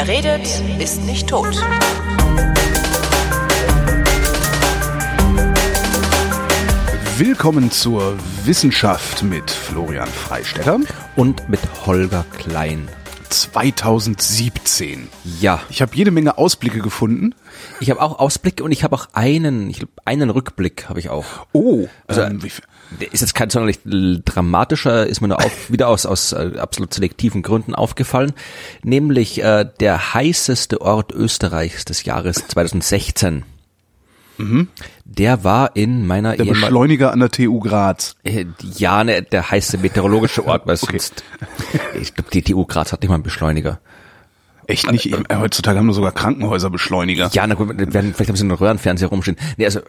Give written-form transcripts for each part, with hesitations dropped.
Wer redet, ist nicht tot. Willkommen zur Wissenschaft mit Florian Freistetter und mit Holger Klein. 2017. Ja. Ich habe jede Menge Ausblicke gefunden. Ich habe auch Ausblicke und ich habe auch einen Rückblick habe ich auch. Oh, also der ist jetzt kein sonderlich dramatischer, ist mir nur wieder aus absolut selektiven Gründen aufgefallen, nämlich der heißeste Ort Österreichs des Jahres 2016. Mhm. Der war in meiner Der Beschleuniger an der TU Graz. Ja, ne, der heiße meteorologische Ort, weil sonst, ich glaube, die TU Graz hat nicht mal einen Beschleuniger. Echt nicht? Heutzutage haben wir sogar Krankenhäuser Beschleuniger. Ja, na gut, vielleicht haben sie einen Röhrenfernseher rumstehen.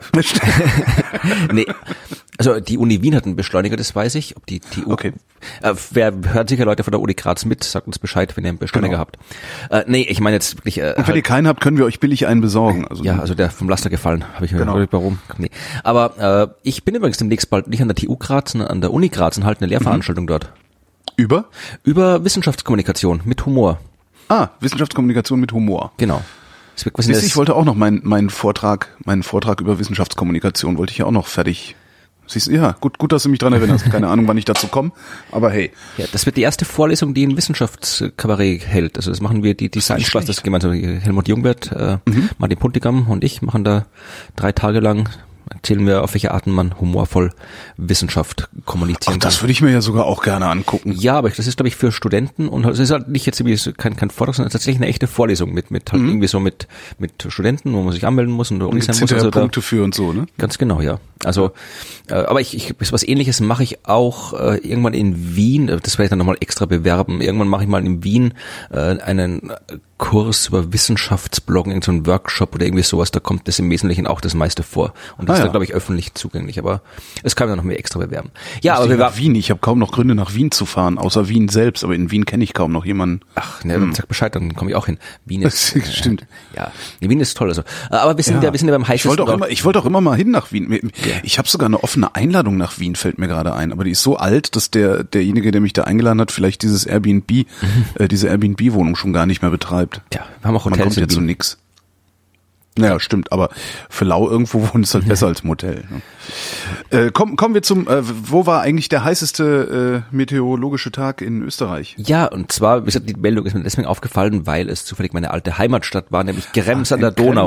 Nee, also die Uni Wien hat einen Beschleuniger, das weiß ich. Ob die TU. Okay. Wer hört sicher Leute von der Uni Graz mit, sagt uns Bescheid, wenn ihr einen Beschleuniger habt. Nee, ich meine jetzt wirklich. Und wenn ihr keinen habt, können wir euch billig einen besorgen. Also der vom Laster gefallen, habe ich mir überlegt, warum. Nee. Aber ich bin übrigens demnächst bald nicht an der TU Graz, sondern an der Uni Graz und halte eine Lehrveranstaltung dort. Über Wissenschaftskommunikation mit Humor. Ah, Wissenschaftskommunikation mit Humor. Genau. Ich wollte auch noch meinen Vortrag über Wissenschaftskommunikation wollte ich ja auch noch fertig. Siehst du, ja, gut, dass du mich dran erinnerst. Keine Ahnung, wann ich dazu komme, aber hey. Ja, das wird die erste Vorlesung, die ein Wissenschaftskabarett hält. Also das machen wir die Science Class, das gemeinsam Helmut Jungwirth, Martin Puntigam und ich machen da 3 Tage lang. Erzählen wir, auf welche Arten man humorvoll Wissenschaft kommunizieren kann. Das würde ich mir ja sogar auch gerne angucken. Ja, aber das ist, glaube ich, für Studenten und es ist halt nicht jetzt irgendwie kein Vortrag, sondern tatsächlich eine echte Vorlesung mit halt irgendwie so mit Studenten, wo man sich anmelden muss und Uni sein muss. Also Punkte für und so, ne? Ganz genau, ja. Also, aber ich was Ähnliches mache ich auch irgendwann in Wien. Das werde ich dann nochmal extra bewerben. Irgendwann mache ich mal in Wien einen Kurs über Wissenschaftsbloggen, in so einen Workshop oder irgendwie sowas, da kommt das im Wesentlichen auch das meiste vor. Und das ist dann, glaube ich, öffentlich zugänglich, aber es kann man noch mehr extra bewerben. Ja, aber wir waren Wien, ich habe kaum noch Gründe nach Wien zu fahren, außer Wien selbst, aber in Wien kenne ich kaum noch jemanden. Ach, ne, dann sag Bescheid, dann komme ich auch hin. Wien ist stimmt. Ja, Wien ist toll, also. Aber wir sind ja beim heißesten. Ich wollte auch immer mal hin nach Wien. Ich habe sogar eine offene Einladung nach Wien, fällt mir gerade ein, aber die ist so alt, dass derjenige, der mich da eingeladen hat, vielleicht diese Airbnb-Wohnung schon gar nicht mehr betreibt. Ja, wir haben auch Hotels. Man kommt ja zu nix. Naja, stimmt, aber für lau irgendwo wohnen ist halt besser als Motel. Ne? Kommen wir zum, wo war eigentlich der heißeste meteorologische Tag in Österreich? Ja, und zwar, wie gesagt, die Meldung ist mir deswegen aufgefallen, weil es zufällig meine alte Heimatstadt war, nämlich Krems an der Donau.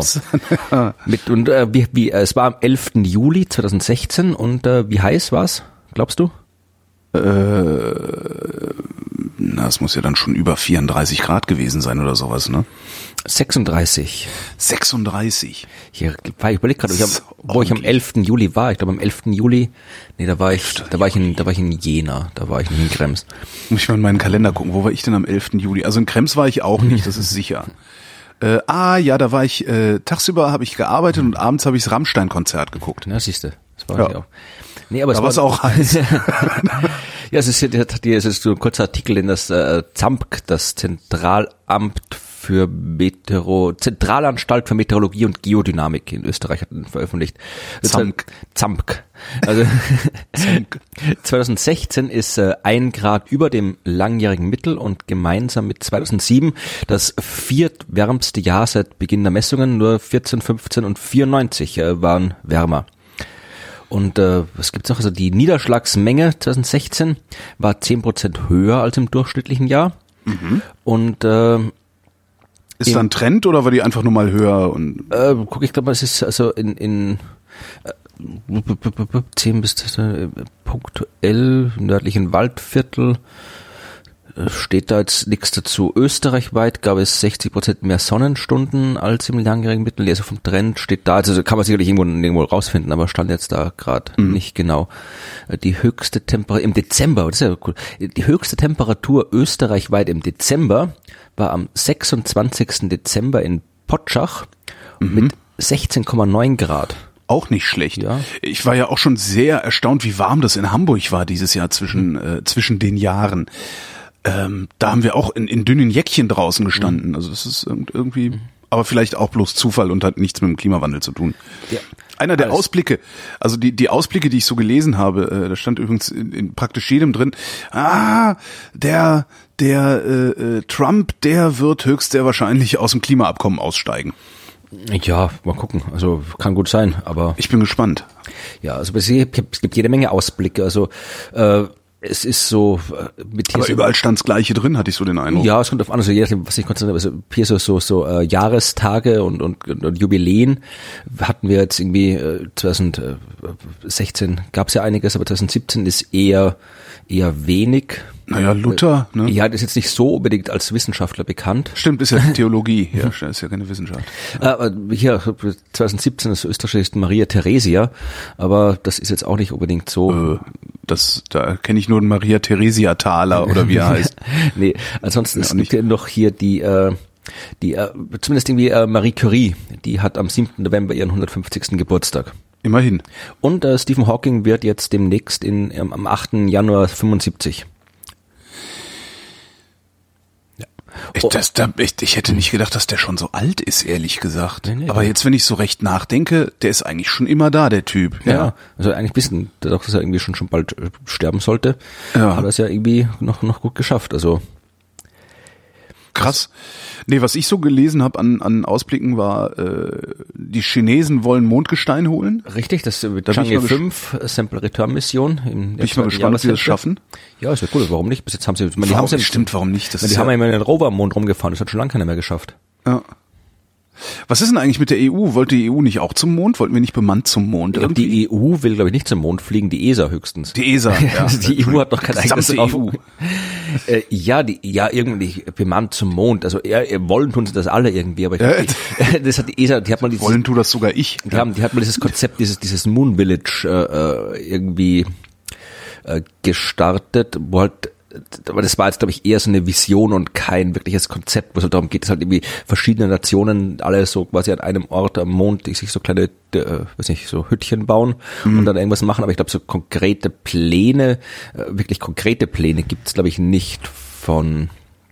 Es war am 11. Juli 2016 und wie heiß war's, glaubst du? Es muss ja dann schon über 34 Grad gewesen sein oder sowas, ne? 36. Hier, ich überlege gerade, wo ich am 11. Juli war. Ich glaube am 11. Juli, da war ich in Jena, da war ich nicht in Krems. Muss ich mal in meinen Kalender gucken, wo war ich denn am 11. Juli? Also in Krems war ich auch nicht, das ist sicher. Da war ich, tagsüber habe ich gearbeitet und abends habe ich das Rammstein-Konzert geguckt. Ja, siehste, das war ich auch. Nee, aber da war es auch heiß. Ja, es ist so ein kurzer Artikel in das ZAMK, das Zentralanstalt für Meteorologie und Geodynamik in Österreich hat veröffentlicht. ZAMK. Also 2016 ist 1 Grad über dem langjährigen Mittel und gemeinsam mit 2007 das viertwärmste Jahr seit Beginn der Messungen. Nur 14, 15 und 94 waren wärmer. Und was gibt's noch? Also die Niederschlagsmenge 2016 war 10% höher als im durchschnittlichen Jahr. Mhm. Und ist da ein Trend oder war die einfach nur mal höher? Und ich glaube, es ist also in 10 bis punktuell im nördlichen Waldviertel. Steht da jetzt nichts dazu. Österreichweit gab es 60% mehr Sonnenstunden als im langjährigen Mittel. Also vom Trend steht da, also kann man sicherlich irgendwo rausfinden, aber stand jetzt da gerade nicht genau. Die höchste Temperatur im Dezember, das ist ja cool. Die höchste Temperatur österreichweit im Dezember war am 26. Dezember in Potschach mit 16,9 Grad. Auch nicht schlecht. Ja. Ich war ja auch schon sehr erstaunt, wie warm das in Hamburg war dieses Jahr zwischen den Jahren. Da haben wir auch in dünnen Jäckchen draußen gestanden. Also das ist irgendwie, aber vielleicht auch bloß Zufall und hat nichts mit dem Klimawandel zu tun. Ja. Einer der Ausblicke, also die Ausblicke, die ich so gelesen habe, da stand übrigens in praktisch jedem drin, der Trump, der wird höchst sehr wahrscheinlich aus dem Klimaabkommen aussteigen. Ja, mal gucken. Also kann gut sein, aber ich bin gespannt. Ja, also es gibt jede Menge Ausblicke. Also es ist so mit hier aber so, überall stand's Gleiche drin, hatte ich so den Eindruck. Ja, es kommt auf an, also je nachdem, was ich konzentriere. Also hier so Jahrestage und Jubiläen hatten wir jetzt irgendwie 2016 gab's ja einiges, aber 2017 ist eher wenig. Naja, Luther, ne? Ja, das ist jetzt nicht so unbedingt als Wissenschaftler bekannt. Stimmt, ist ja Theologie, ja, ist ja keine Wissenschaft. Hier, 2017 ist österreichische Maria Theresia, aber das ist jetzt auch nicht unbedingt so. Da kenne ich nur den Maria Theresia Thaler oder wie er heißt. Nee, ansonsten es gibt ja noch hier die zumindest irgendwie Marie Curie, die hat am 7. November ihren 150. Geburtstag. Immerhin. Und Stephen Hawking wird jetzt demnächst am 8. Januar 75. Ja. Ich hätte nicht gedacht, dass der schon so alt ist, ehrlich gesagt. Nee, aber jetzt, wenn ich so recht nachdenke, der ist eigentlich schon immer da, der Typ. Ja, also eigentlich wissen, dass er irgendwie schon bald sterben sollte, hat er es ja irgendwie noch gut geschafft. Also krass. Nee, was ich so gelesen habe an Ausblicken war, die Chinesen wollen Mondgestein holen. Richtig, das wird Chang'e 5 Sample Return Mission. Bin ich mal gespannt, ob sie das schaffen. Ja, ist ja cool. Warum nicht? Bis jetzt haben sie, warum nicht? Die haben ja immer den Rover am Mond rumgefahren. Das hat schon lange keiner mehr geschafft. Ja. Was ist denn eigentlich mit der EU? Wollte die EU nicht auch zum Mond? Wollten wir nicht bemannt zum Mond? Ich glaube, die EU will, glaube ich, nicht zum Mond fliegen, die ESA höchstens. Die ESA, ja. Die EU hat noch kein eigenes EU. Irgendwie bemannt zum Mond. Also wollen tun sie das alle irgendwie, aber ich glaub, das hat die ESA, die hat mal dieses... Wollen tut das sogar ich. Die hat mal dieses Konzept, dieses Moon Village irgendwie gestartet, wo halt, aber das war jetzt, glaube ich, eher so eine Vision und kein wirkliches Konzept, wo es halt darum geht, dass halt irgendwie verschiedene Nationen alle so quasi an einem Ort am Mond sich so kleine, so Hüttchen bauen und dann irgendwas machen. Aber ich glaube, so wirklich konkrete Pläne gibt es, glaube ich, nicht von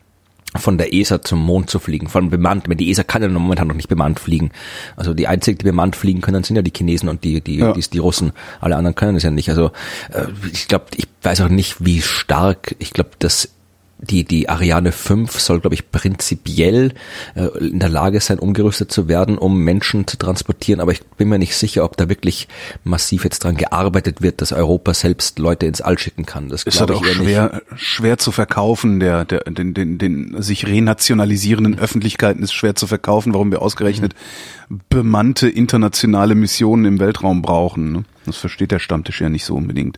der ESA zum Mond zu fliegen, vor allem bemannt. Die ESA kann ja momentan noch nicht bemannt fliegen. Also die einzigen, die bemannt fliegen können, sind ja die Chinesen und die Russen. Alle anderen können es ja nicht. Also ich glaube, ich weiß auch nicht, wie stark. Ich glaube, dass die Ariane 5 soll, glaube ich, prinzipiell in der Lage sein, umgerüstet zu werden, um Menschen zu transportieren. Aber ich bin mir nicht sicher, ob da wirklich massiv jetzt dran gearbeitet wird, dass Europa selbst Leute ins All schicken kann. Das ist halt auch schwer zu verkaufen. Den sich renationalisierenden Öffentlichkeiten ist schwer zu verkaufen, warum wir ausgerechnet bemannte internationale Missionen im Weltraum brauchen. Ne? Das versteht der Stammtisch ja nicht so unbedingt.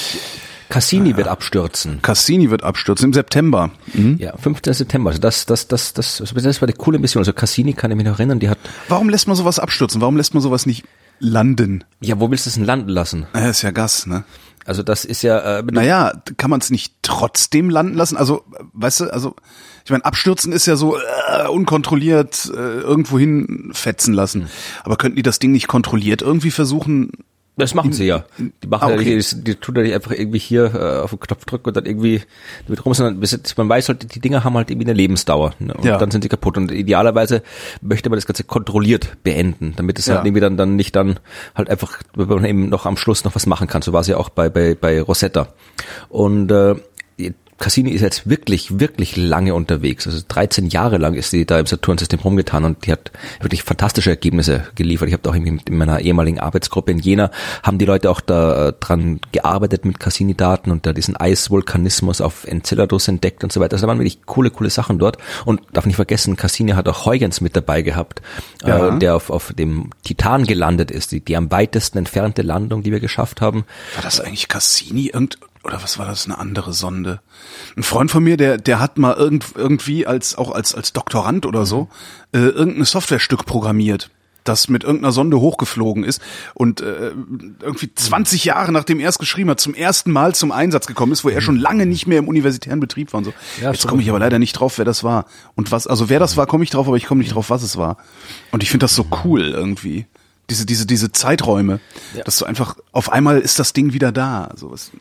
Cassini wird abstürzen. Cassini wird abstürzen im September. Mhm. Ja, 15. September. Also das war eine coole Mission. Also Cassini kann ich mich noch erinnern, die hat... Warum lässt man sowas abstürzen? Warum lässt man sowas nicht landen? Ja, wo willst du es denn landen lassen? Ja, ist ja Gas, ne? Also das ist ja... kann man es nicht trotzdem landen lassen? Also, weißt du, ich meine, abstürzen ist ja so unkontrolliert irgendwo hin fetzen lassen. Aber könnten die das Ding nicht kontrolliert irgendwie versuchen... Das machen sie ja. Die machen die tun ja nicht einfach irgendwie hier auf den Knopf drücken und dann irgendwie damit rum, sondern man weiß halt, die Dinger haben halt irgendwie eine Lebensdauer, ne? Und dann sind sie kaputt. Und idealerweise möchte man das Ganze kontrolliert beenden, damit es halt irgendwie dann nicht halt einfach, wenn man eben noch am Schluss noch was machen kann. So war es ja auch bei Rosetta. Und Cassini ist jetzt wirklich, wirklich lange unterwegs. Also 13 Jahre lang ist sie da im Saturn-System rumgetan und die hat wirklich fantastische Ergebnisse geliefert. Ich habe da auch irgendwie in meiner ehemaligen Arbeitsgruppe in Jena, haben die Leute auch da dran gearbeitet mit Cassini-Daten und da diesen Eisvulkanismus auf Enceladus entdeckt und so weiter. Also da waren wirklich coole Sachen dort. Und darf nicht vergessen, Cassini hat auch Huygens mit dabei gehabt, der auf dem Titan gelandet ist. Die am weitesten entfernte Landung, die wir geschafft haben. War das eigentlich Cassini oder was war das, eine andere Sonde? Ein Freund von mir, der hat mal irgendwie als Doktorand oder so irgendein Softwarestück programmiert, das mit irgendeiner Sonde hochgeflogen ist und irgendwie 20 Jahre nachdem er es geschrieben hat, zum ersten Mal zum Einsatz gekommen ist, wo er schon lange nicht mehr im universitären Betrieb war und so. Ja, jetzt komme ich aber leider nicht drauf, wer das war. Und wer das war, komme ich drauf, aber ich komme nicht drauf, was es war. Und ich finde das so cool irgendwie. Diese Zeiträume, dass du einfach, auf einmal ist das Ding wieder da.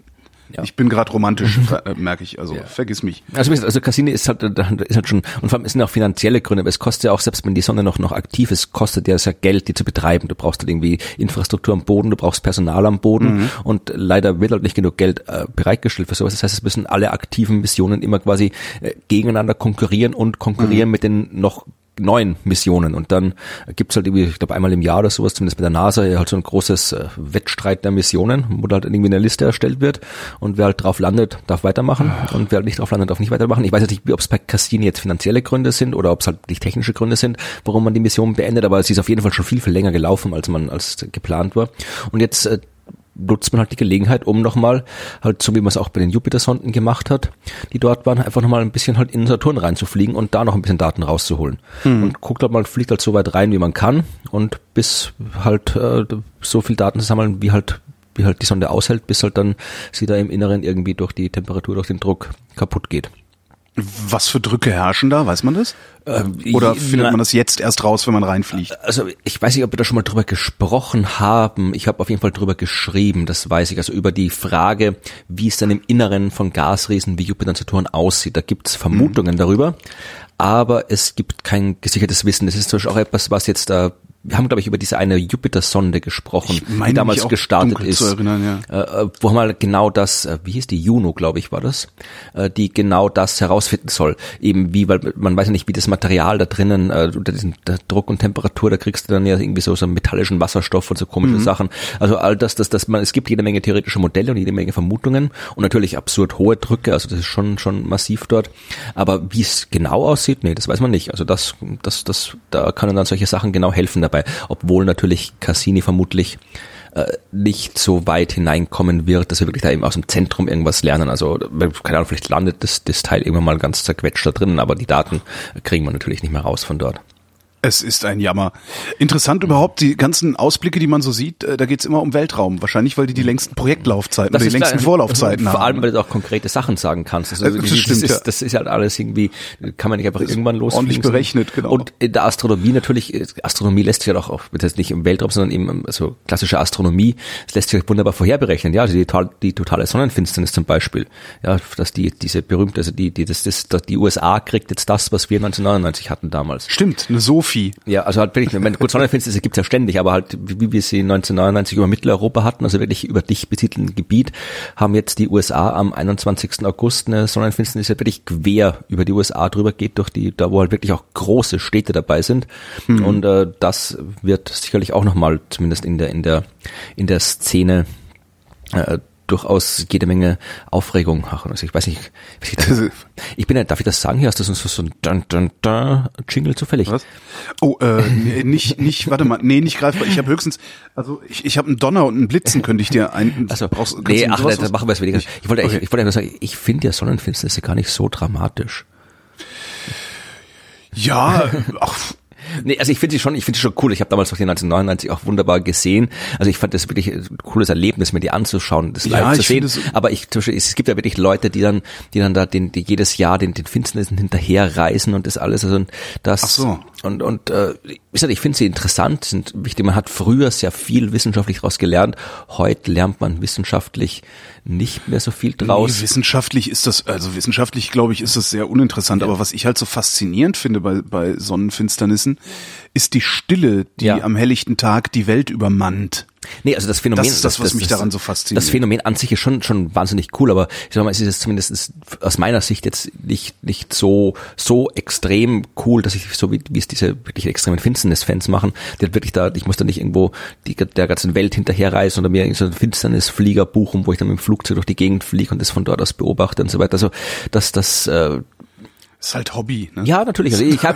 Ja. Ich bin gerade romantisch, merke ich, also vergiss mich. Also Cassini ist halt schon, und vor allem es sind auch finanzielle Gründe, aber es kostet ja auch, selbst wenn die Sonne noch aktiv ist, kostet ja Geld, die zu betreiben. Du brauchst halt irgendwie Infrastruktur am Boden, du brauchst Personal am Boden und leider wird halt nicht genug Geld bereitgestellt für sowas. Das heißt, es müssen alle aktiven Missionen immer quasi gegeneinander konkurrieren mit den noch neuen Missionen, und dann gibt's halt irgendwie, ich glaube einmal im Jahr oder sowas, zumindest bei der NASA, halt so ein großes Wettstreit der Missionen, wo halt irgendwie eine Liste erstellt wird und wer halt drauf landet, darf weitermachen und wer halt nicht drauf landet, darf nicht weitermachen. Ich weiß jetzt nicht, ob es bei Cassini jetzt finanzielle Gründe sind oder ob es halt nicht technische Gründe sind, warum man die Mission beendet, aber sie ist auf jeden Fall schon viel länger gelaufen, als geplant war. Und jetzt nutzt man halt die Gelegenheit, um nochmal, halt so wie man es auch bei den Jupiter-Sonden gemacht hat, die dort waren, einfach nochmal ein bisschen halt in Saturn reinzufliegen und da noch ein bisschen Daten rauszuholen. Und guckt halt mal, fliegt halt so weit rein, wie man kann, und bis halt so viel Daten zu sammeln, wie halt die Sonde aushält, bis halt dann sie da im Inneren irgendwie durch die Temperatur, durch den Druck kaputt geht. Was für Drücke herrschen da, weiß man das? Oder findet man das jetzt erst raus, wenn man reinfliegt? Also ich weiß nicht, ob wir da schon mal drüber gesprochen haben. Ich habe auf jeden Fall drüber geschrieben, das weiß ich. Also über die Frage, wie es dann im Inneren von Gasriesen wie Jupiter und Saturn aussieht. Da gibt's Vermutungen darüber, aber es gibt kein gesichertes Wissen. Das ist zum Beispiel auch etwas, was jetzt da... Wir haben, glaube ich, über diese eine Jupiter-Sonde gesprochen, die damals gestartet ist, zu erinnern, wo mal genau das, wie hieß die, Juno, glaube ich, war das, die genau das herausfinden soll. Eben wie, weil man weiß ja nicht, wie das Material da drinnen, unter diesem Druck und Temperatur, da kriegst du dann ja irgendwie so metallischen Wasserstoff und so komische Sachen. Also all das, es gibt jede Menge theoretische Modelle und jede Menge Vermutungen und natürlich absurd hohe Drücke, also das ist schon massiv dort. Aber wie es genau aussieht, nee, das weiß man nicht. Also da können dann solche Sachen genau helfen dabei, obwohl natürlich Cassini vermutlich nicht so weit hineinkommen wird, dass wir wirklich da eben aus dem Zentrum irgendwas lernen. Also, keine Ahnung, vielleicht landet das Teil irgendwann mal ganz zerquetscht da drin, aber die Daten kriegen wir natürlich nicht mehr raus von dort. Es ist ein Jammer. Interessant überhaupt, die ganzen Ausblicke, die man so sieht, da geht's immer um Weltraum. Wahrscheinlich, weil die längsten Projektlaufzeiten oder die längsten Vorlaufzeiten haben. Vor allem, weil du auch konkrete Sachen sagen kannst. Also das ist halt alles irgendwie, kann man nicht einfach irgendwann losfliegen. Ordentlich berechnet, genau. Und in der Astronomie natürlich, Astronomie lässt sich ja auch, das heißt nicht im Weltraum, sondern eben, also klassische Astronomie, das lässt sich wunderbar vorherberechnen. Ja, also die totale Sonnenfinsternis zum Beispiel. Ja, dass diese berühmte, also die USA kriegt jetzt das, was wir 1999 hatten damals. Stimmt, eine Sophie. Ja, also halt wirklich, gut, Sonnenfinsternisse gibt's ja ständig, aber halt, wie wir sie 1999 über Mitteleuropa hatten, also wirklich über dicht besiedeltem Gebiet, haben jetzt die USA am 21. August eine Sonnenfinsternis, die wirklich quer über die USA drüber geht, da wo halt wirklich auch große Städte dabei sind. Und das wird sicherlich auch nochmal, zumindest in der Szene, durchaus jede Menge Aufregung machen. Also ich weiß nicht, darf ich das sagen hier? Hast du so ein Dun-Dun-Dun-Jingle zufällig? Was? Oh, nicht, warte mal, nee, nicht greifbar. Ich habe höchstens, also ich habe einen Donner und einen Blitzen, könnte ich dir ein... Also, nee, dann machen wir es weniger. Ich wollte einfach sagen, ich finde ja Sonnenfinsternisse gar nicht so dramatisch. Ja, ach... Nee, also ich finde sie schon cool. Ich habe damals auch die 1999 auch wunderbar gesehen. Also ich fand das wirklich ein cooles Erlebnis, mir die anzuschauen, das live zu sehen. Aber es gibt ja wirklich Leute, die dann da jedes Jahr den Finsternissen hinterher reisen und das alles. Also das. Ach so. Und wie gesagt, ich finde sie interessant, sind wichtig. Man hat früher sehr viel wissenschaftlich daraus gelernt. Heute lernt man wissenschaftlich nicht mehr so viel draus. Nee, wissenschaftlich glaube ich, ist das sehr uninteressant. Ja. Aber was ich halt so faszinierend finde bei Sonnenfinsternissen, ist die Stille, die am helllichten Tag die Welt übermannt. Nee, also das Phänomen, das ist das, was mich daran so fasziniert. Das Phänomen an sich ist schon wahnsinnig cool, aber ich sag mal, es ist jetzt zumindest aus meiner Sicht jetzt nicht so extrem cool, dass ich so wie es diese wirklich extremen Finsternis-Fans machen, die halt wirklich ich muss da nicht irgendwo der ganzen Welt hinterherreisen oder mir so einen Finsternisflieger buchen, wo ich dann mit dem Flugzeug durch die Gegend fliege und das von dort aus beobachte und so weiter. Also das ist halt Hobby, ne? Ja, natürlich. Also die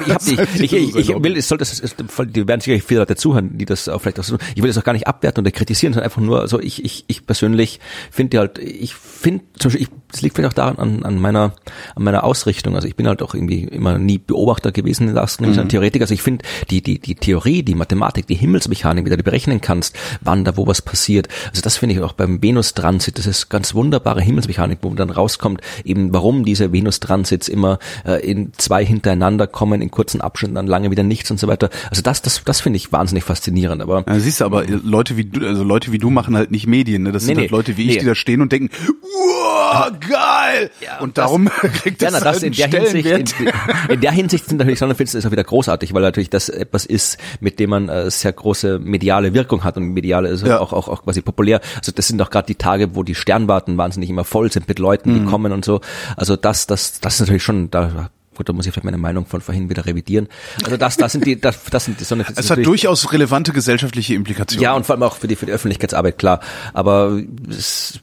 werden sicherlich viele Leute zuhören, die das auch vielleicht auch so, ich will das auch gar nicht abwerten oder kritisieren, sondern einfach nur, also ich persönlich finde zum Beispiel, das liegt vielleicht auch daran an meiner Ausrichtung. Also ich bin halt auch irgendwie immer nie Beobachter gewesen in der Astronomie, sondern Theoretiker. Also ich finde die Theorie, die Mathematik, die Himmelsmechanik, wie du die berechnen kannst, wann da wo was passiert. Also das finde ich auch beim Venus-Transit, das ist ganz wunderbare Himmelsmechanik, wo dann rauskommt, eben warum diese Venus-Transits immer in 2 hintereinander kommen, in kurzen Abschnitten, dann lange wieder nichts und so weiter. Also das finde ich wahnsinnig faszinierend. Aber siehst du, aber Leute wie du machen halt nicht Medien, ne? Das sind halt Leute wie ich, die da stehen und denken, geil! Ja, und darum kriegt das das einen in der Hinsicht sind natürlich Sonnenfinsternis auch wieder großartig, weil natürlich das etwas ist, mit dem man sehr große mediale Wirkung hat und mediale ist auch quasi populär. Also das sind doch gerade die Tage, wo die Sternwarten wahnsinnig immer voll sind mit Leuten, die kommen und so. Also das ist natürlich schon da. Gut, da muss ich vielleicht meine Meinung von vorhin wieder revidieren. Also das sind die Sonnenfinsternis. Es hat durchaus relevante gesellschaftliche Implikationen. Ja, und vor allem auch für die Öffentlichkeitsarbeit, klar. Aber es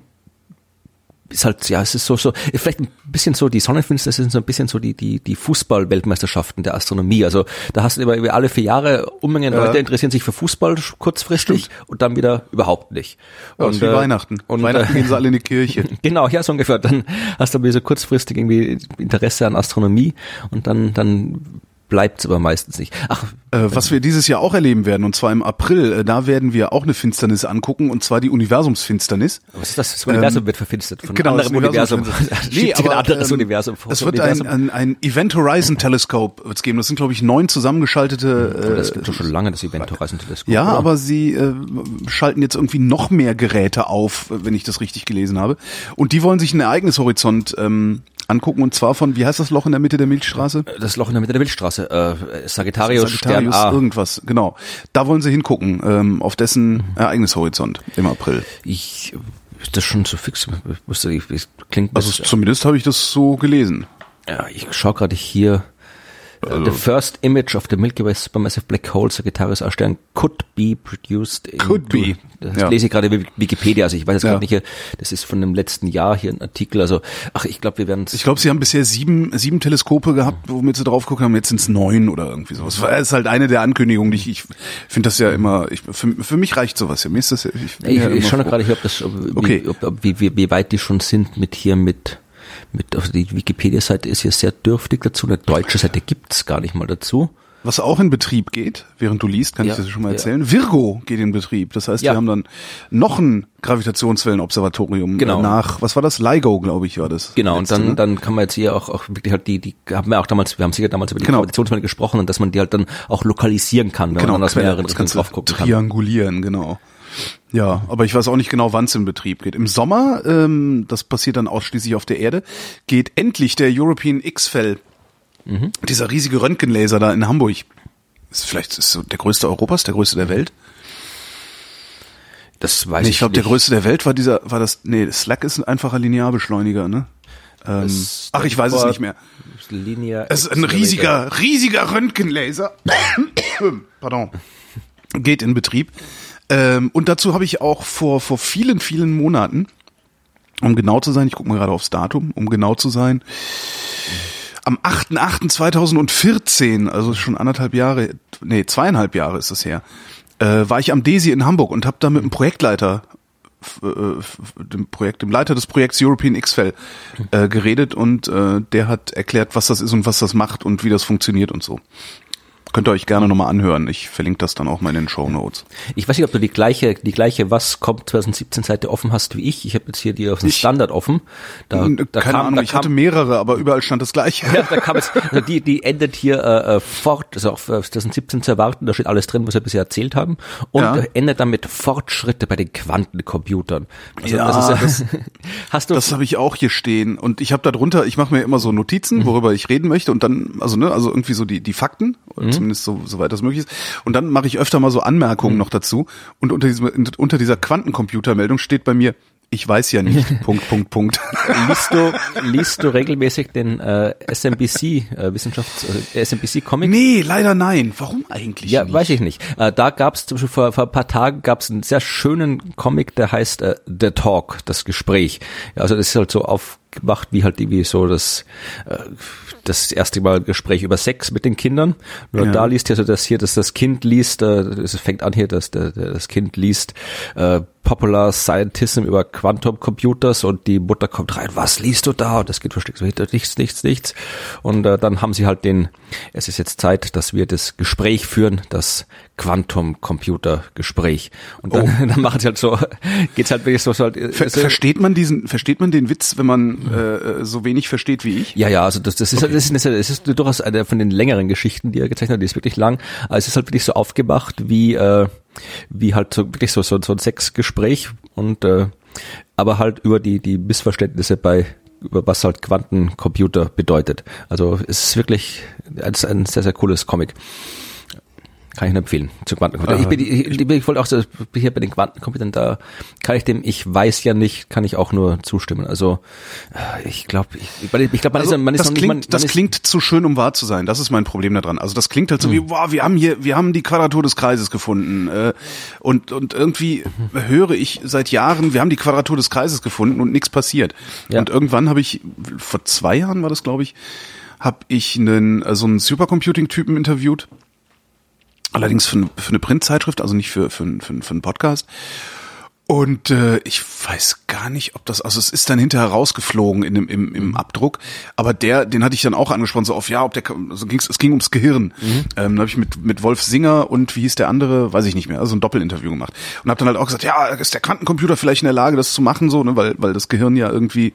ist halt, ja, es ist so, vielleicht ein bisschen so, die Sonnenfinsternis sind so ein bisschen so die Fußball-Weltmeisterschaften der Astronomie. Also da hast du über alle 4 Jahre Unmengen Leute interessieren sich für Fußball kurzfristig und dann wieder überhaupt nicht. Ja, und, ist wie Weihnachten. Und Weihnachten gehen sie alle in die Kirche. Genau, ja, so ungefähr. Dann hast du aber so kurzfristig irgendwie Interesse an Astronomie und dann bleibt's aber meistens nicht. Was wir dieses Jahr auch erleben werden, und zwar im April, da werden wir auch eine Finsternis angucken, und zwar die Universumsfinsternis. Was ist das? Das Universum wird verfinstert von genau, anderem Universum. Nee, aber ein anderes Universum vor. Es wird ein Event Horizon Telescope wird's geben. Das sind, glaube ich, 9 zusammengeschaltete. Das gibt doch schon lange, das Event Horizon Telescope. Ja, oder? Aber sie schalten jetzt irgendwie noch mehr Geräte auf, wenn ich das richtig gelesen habe. Und die wollen sich einen Ereignishorizont angucken, und zwar von, wie heißt das Loch in der Mitte der Milchstraße? Das Loch in der Mitte der Milchstraße, Sagittarius Stern A. Irgendwas, genau. Da wollen sie hingucken, auf dessen Ereignishorizont im April. Ist das schon so fix? Klingt also zumindest habe ich das so gelesen. Ja, ich schaue gerade hier. The first image of the Milky Way supermassive black hole Sagittarius A-Stern could be produced. Das lese ich gerade Wikipedia, also ich weiß jetzt gerade nicht, das ist von dem letzten Jahr hier ein Artikel, also ich glaube, wir werden Ich glaube, sie haben bisher 7 Teleskope gehabt, womit sie drauf gucken haben, jetzt sind es 9 oder irgendwie sowas. Das ist halt eine der Ankündigungen, ich finde das ja immer, für mich reicht sowas ja. Mir ist das ich schaue gerade hier, wie weit die schon sind also die Wikipedia-Seite ist hier sehr dürftig dazu, eine deutsche Seite gibt's gar nicht mal dazu. Was auch in Betrieb geht, während du liest, kann ich dir schon mal erzählen. Virgo geht in Betrieb. Das heißt, wir haben dann noch ein Gravitationswellenobservatorium nach, was war das? LIGO, glaube ich, war das. Genau, letzte, und dann kann man jetzt hier auch wirklich halt die haben wir auch damals, wir haben sicher damals über die Gravitationswellen gesprochen, und dass man die halt dann auch lokalisieren kann, wenn man aus mehreren Richtungen drauf gucken kann. Triangulieren, genau. Ja, aber ich weiß auch nicht genau, wann es in Betrieb geht. Im Sommer, das passiert dann ausschließlich auf der Erde, geht endlich der European X-Fell, dieser riesige Röntgenlaser da in Hamburg. Ist so der größte Europas, der größte der Welt. Das weiß ich nicht. Ich glaube, der größte der Welt Slack ist ein einfacher Linearbeschleuniger, ne? Ich weiß es nicht mehr. Es ist ein riesiger Röntgenlaser. Pardon. Geht in Betrieb. Und dazu habe ich auch vor vielen, vielen Monaten, um genau zu sein, ich gucke mal gerade aufs Datum, um genau zu sein, am 8.8.2014, also schon 2,5 Jahre ist das her, war ich am DESI in Hamburg und habe da mit dem Projektleiter, dem Leiter des Projekts European X-Fell geredet, und der hat erklärt, was das ist und was das macht und wie das funktioniert und so. Könnt ihr euch gerne nochmal anhören. Ich verlinke das dann auch mal in den Shownotes. Ich weiß nicht, ob du die gleiche Was kommt 2017 Seite offen hast wie ich. Ich habe jetzt hier die auf den Standard offen. Keine Ahnung, ich hatte mehrere, aber überall stand das Gleiche. Ja, da kam jetzt, also die endet hier fort, also auf 2017 zu erwarten, da steht alles drin, was wir bisher erzählt haben, und endet dann mit Fortschritte bei den Quantencomputern. Also, das habe ich auch hier stehen, und ich habe da drunter, ich mache mir immer so Notizen, worüber ich reden möchte, und dann, also irgendwie so die Fakten, zumindest soweit das möglich ist. Und dann mache ich öfter mal so Anmerkungen noch dazu. Und unter dieser Quantencomputermeldung steht bei mir, ich weiß ja nicht, Punkt. Liest du regelmäßig den SMBC SMBC Comic? Nee, leider nein. Warum eigentlich Ja, nicht? Weiß ich nicht. Da gab's zum Beispiel vor ein paar Tagen gab's einen sehr schönen Comic, der heißt The Talk, das Gespräch. Ja, also das ist halt so aufgemacht wie so das erste Mal Gespräch über Sex mit den Kindern. Nur da liest ja so dass das Kind liest, es fängt an hier, dass das Kind liest Popular Scientism über Quantum Computers, und die Mutter kommt rein, was liest du da? Und das Kind versteckt so hinter nichts. Und dann haben sie halt es ist jetzt Zeit, dass wir das Gespräch führen, das Quantum Computer Gespräch. Und dann machen sie halt so, geht's halt wirklich so halt. Versteht man den Witz, wenn man so wenig versteht wie ich? Ja, also das ist durchaus eine von den längeren Geschichten, die er gezeichnet hat, die ist wirklich lang. Aber es ist halt wirklich so aufgemacht wie halt so wirklich so ein Sexgespräch, und aber halt über die Missverständnisse über was halt Quantencomputer bedeutet. Also es ist wirklich ein sehr, sehr cooles Comic. Kann ich nur empfehlen, zu Quantencomputer. Ich wollte auch so, hier bei den Quantencomputern, da kann ich weiß ja nicht, kann ich auch nur zustimmen. Also, ich glaube, das klingt zu schön, um wahr zu sein. Das ist mein Problem daran. Also, das klingt halt so wie, wow, wir haben die Quadratur des Kreises gefunden. Und irgendwie höre ich seit Jahren, wir haben die Quadratur des Kreises gefunden und nichts passiert. Ja. Und irgendwann habe ich, vor 2 Jahren war das, glaube ich, habe ich so einen Supercomputing-Typen interviewt. Allerdings für eine Printzeitschrift, also nicht für einen Podcast. Und ich weiß gar nicht, ob also es ist dann hinterher rausgeflogen im Abdruck, aber den hatte ich dann auch angesprochen, so auf, ja, es ging ums Gehirn. Dann habe ich mit Wolf Singer und wie hieß der andere, weiß ich nicht mehr, also ein Doppelinterview gemacht. Und habe dann halt auch gesagt, ja, ist der Quantencomputer vielleicht in der Lage, das zu machen, so, ne, weil das Gehirn ja irgendwie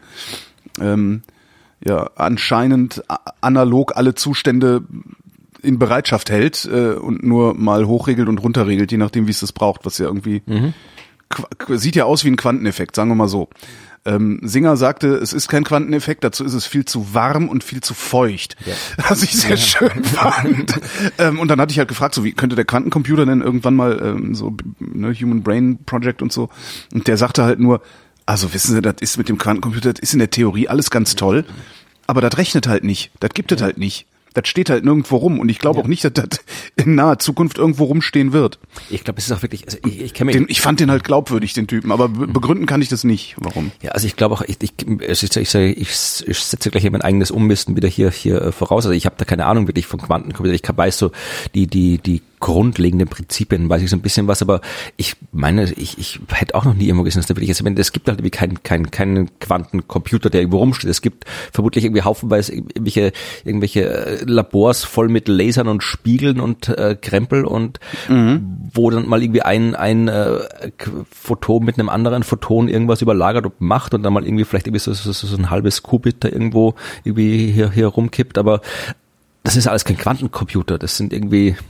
anscheinend analog alle Zustände in Bereitschaft hält und nur mal hochregelt und runterregelt, je nachdem, wie es das braucht, was ja irgendwie sieht ja aus wie ein Quanteneffekt, sagen wir mal so. Singer sagte, es ist kein Quanteneffekt, dazu ist es viel zu warm und viel zu feucht, was ich sehr schön fand. Und dann hatte ich halt gefragt, so wie könnte der Quantencomputer denn irgendwann mal Human Brain Project und so, und der sagte halt nur, also wissen Sie, das ist mit dem Quantencomputer, das ist in der Theorie alles ganz toll, aber das rechnet halt nicht, das gibt es halt nicht. Das steht halt nirgendwo rum und ich glaube auch nicht, dass das in naher Zukunft irgendwo rumstehen wird. Ich glaube, es ist auch wirklich, also ich fand den halt glaubwürdig, den Typen, aber begründen kann ich das nicht. Warum? Ja, also ich glaube auch, ich setze gleich mein eigenes Ummisten wieder hier voraus. Also ich habe da keine Ahnung wirklich von Quantencomputern. Ich weiß so die grundlegenden Prinzipien, weiß ich so ein bisschen was, aber ich meine, ich hätte auch noch nie irgendwo gesehen, dass da wirklich ist. Es gibt halt irgendwie keinen Quantencomputer, der irgendwo rumsteht. Es gibt vermutlich irgendwie haufenweise irgendwelche Labors voll mit Lasern und Spiegeln und Krempel und wo dann mal irgendwie ein Photon mit einem anderen Photon irgendwas überlagert und macht und dann mal irgendwie vielleicht irgendwie so ein halbes Qubit da irgendwo irgendwie hier rumkippt, aber das ist alles kein Quantencomputer, das sind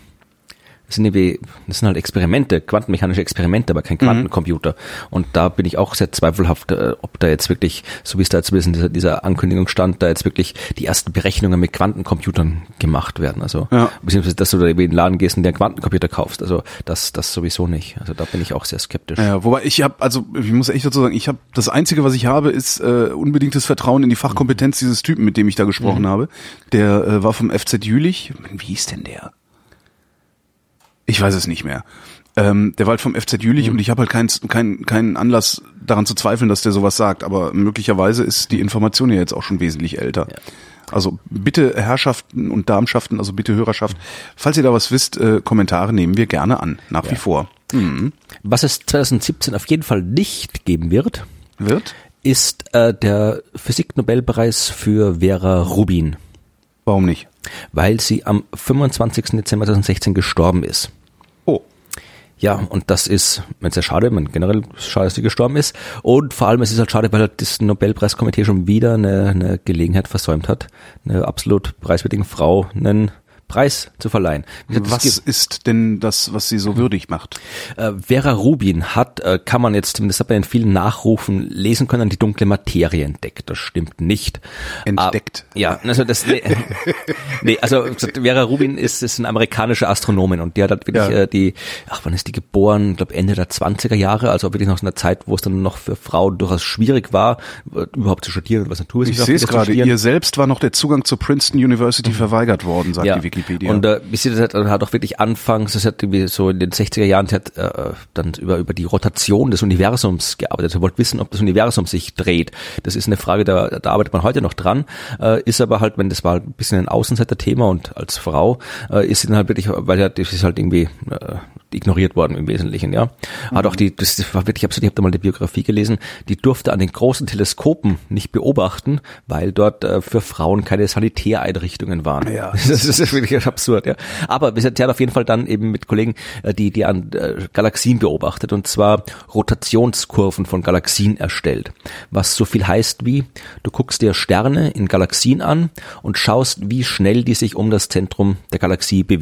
halt Experimente, quantenmechanische Experimente, aber kein Quantencomputer. Und da bin ich auch sehr zweifelhaft, ob da jetzt wirklich, so wie es da jetzt in dieser Ankündigung stand, da jetzt wirklich die ersten Berechnungen mit Quantencomputern gemacht werden. Also, beziehungsweise, dass du da irgendwie in den Laden gehst und dir einen Quantencomputer kaufst. Also, das sowieso nicht. Also, da bin ich auch sehr skeptisch. Ja, wobei ich muss echt dazu sagen, das Einzige, was ich habe, ist unbedingtes Vertrauen in die Fachkompetenz dieses Typen, mit dem ich da gesprochen habe. Der war vom FZ Jülich. Wie hieß denn der? Ich weiß es nicht mehr. Der war halt vom FZ Jülich und ich habe halt keinen Anlass daran zu zweifeln, dass der sowas sagt, aber möglicherweise ist die Information ja jetzt auch schon wesentlich älter. Ja. Also bitte Herrschaften und Damschaften, also bitte Hörerschaft, falls ihr da was wisst, Kommentare nehmen wir gerne an, nach wie vor. Was es 2017 auf jeden Fall nicht geben wird, ist der Physik-Nobelpreis für Vera Rubin. Warum nicht? Weil sie am 25. Dezember 2016 gestorben ist. Oh. Ja, und das ist sehr schade, generell schade, dass sie gestorben ist. Und vor allem, es ist halt schade, weil halt das Nobelpreiskomitee schon wieder eine Gelegenheit versäumt hat, eine absolut preiswürdige Frau einen Preis zu verleihen. Was ist denn das, was sie so würdig macht? Vera Rubin kann man jetzt zumindest bei den vielen Nachrufen lesen können, die dunkle Materie entdeckt. Das stimmt nicht. Entdeckt? Ja, also also Vera Rubin ist eine amerikanische Astronomin und die hat wirklich wann ist die geboren? Ich glaube Ende der 20er Jahre, also wirklich noch so eine Zeit, wo es dann noch für Frauen durchaus schwierig war, überhaupt zu studieren und was Naturwissenschaften. Ich sehe es gerade, ihr selbst war noch der Zugang zur Princeton University verweigert worden, sagt die Wikipedia. Und sie hat auch wirklich anfangs, das hat irgendwie so in den 60er Jahren, sie hat dann über die Rotation des Universums gearbeitet. Sie wollte wissen, ob das Universum sich dreht. Das ist eine Frage, da arbeitet man heute noch dran, ist aber halt, wenn das war ein bisschen ein Außenseiter-Thema und als Frau ist sie dann halt wirklich, weil das ist halt irgendwie ignoriert worden im Wesentlichen, ja. Hat auch das war wirklich absurd, ich habe da mal die Biografie gelesen, die durfte an den großen Teleskopen nicht beobachten, weil dort für Frauen keine Sanitäreinrichtungen waren. Ja. Das ist wirklich absurd, ja. Aber sie hat auf jeden Fall dann eben mit Kollegen, die an Galaxien beobachtet und zwar Rotationskurven von Galaxien erstellt. Was so viel heißt wie, du guckst dir Sterne in Galaxien an und schaust, wie schnell die sich um das Zentrum der Galaxie bewegen.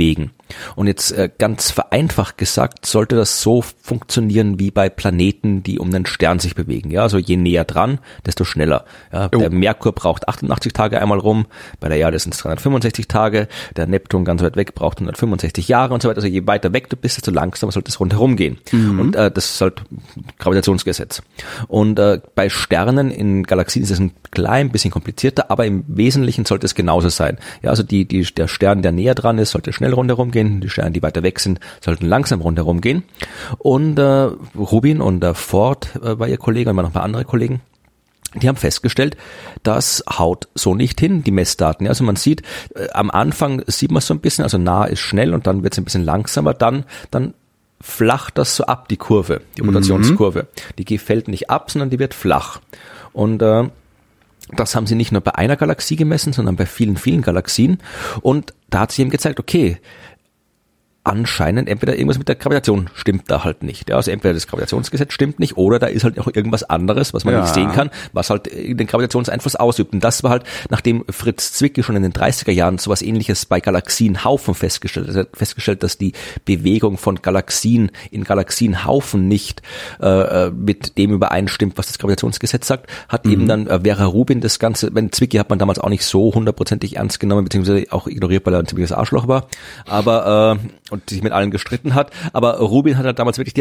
Und jetzt ganz vereinfacht gesagt, sollte das so funktionieren wie bei Planeten, die um den Stern sich bewegen. Ja, also je näher dran, desto schneller. Ja, der Merkur braucht 88 Tage einmal rum, bei der Erde sind es 365 Tage, der Neptun ganz weit weg braucht 165 Jahre und so weiter. Also je weiter weg du bist, desto langsamer sollte es rundherum gehen. Und das ist halt Gravitationsgesetz. Und bei Sternen in Galaxien ist es ein klein bisschen komplizierter, aber im Wesentlichen sollte es genauso sein. Ja, also der Stern, der näher dran ist, sollte schnell rundherum gehen. Die Sterne, die weiter weg sind, sollten langsam rundherum gehen. Und Rubin und Ford war ihr Kollege und noch ein paar andere Kollegen, die haben festgestellt, das haut so nicht hin, die Messdaten. Also man sieht, am Anfang sieht man es so ein bisschen, also nah ist schnell und dann wird es ein bisschen langsamer, dann flacht das so ab, die Kurve, die Rotationskurve. Die fällt nicht ab, sondern die wird flach. Und das haben sie nicht nur bei einer Galaxie gemessen, sondern bei vielen, vielen Galaxien. Und da hat sich eben gezeigt, okay, anscheinend entweder irgendwas mit der Gravitation stimmt da halt nicht. Ja, also entweder das Gravitationsgesetz stimmt nicht oder da ist halt auch irgendwas anderes, was man nicht sehen kann, was halt den Gravitationseinfluss ausübt. Und das war halt, nachdem Fritz Zwicky schon in den 30er Jahren sowas Ähnliches bei Galaxienhaufen festgestellt, dass die Bewegung von Galaxien in Galaxienhaufen nicht mit dem übereinstimmt, was das Gravitationsgesetz sagt, hat eben dann Vera Rubin das Ganze, Zwicky hat man damals auch nicht so hundertprozentig ernst genommen, beziehungsweise auch ignoriert, weil er ein ziemliches Arschloch war, aber und sich mit allen gestritten hat, aber Rubin hat halt damals wirklich,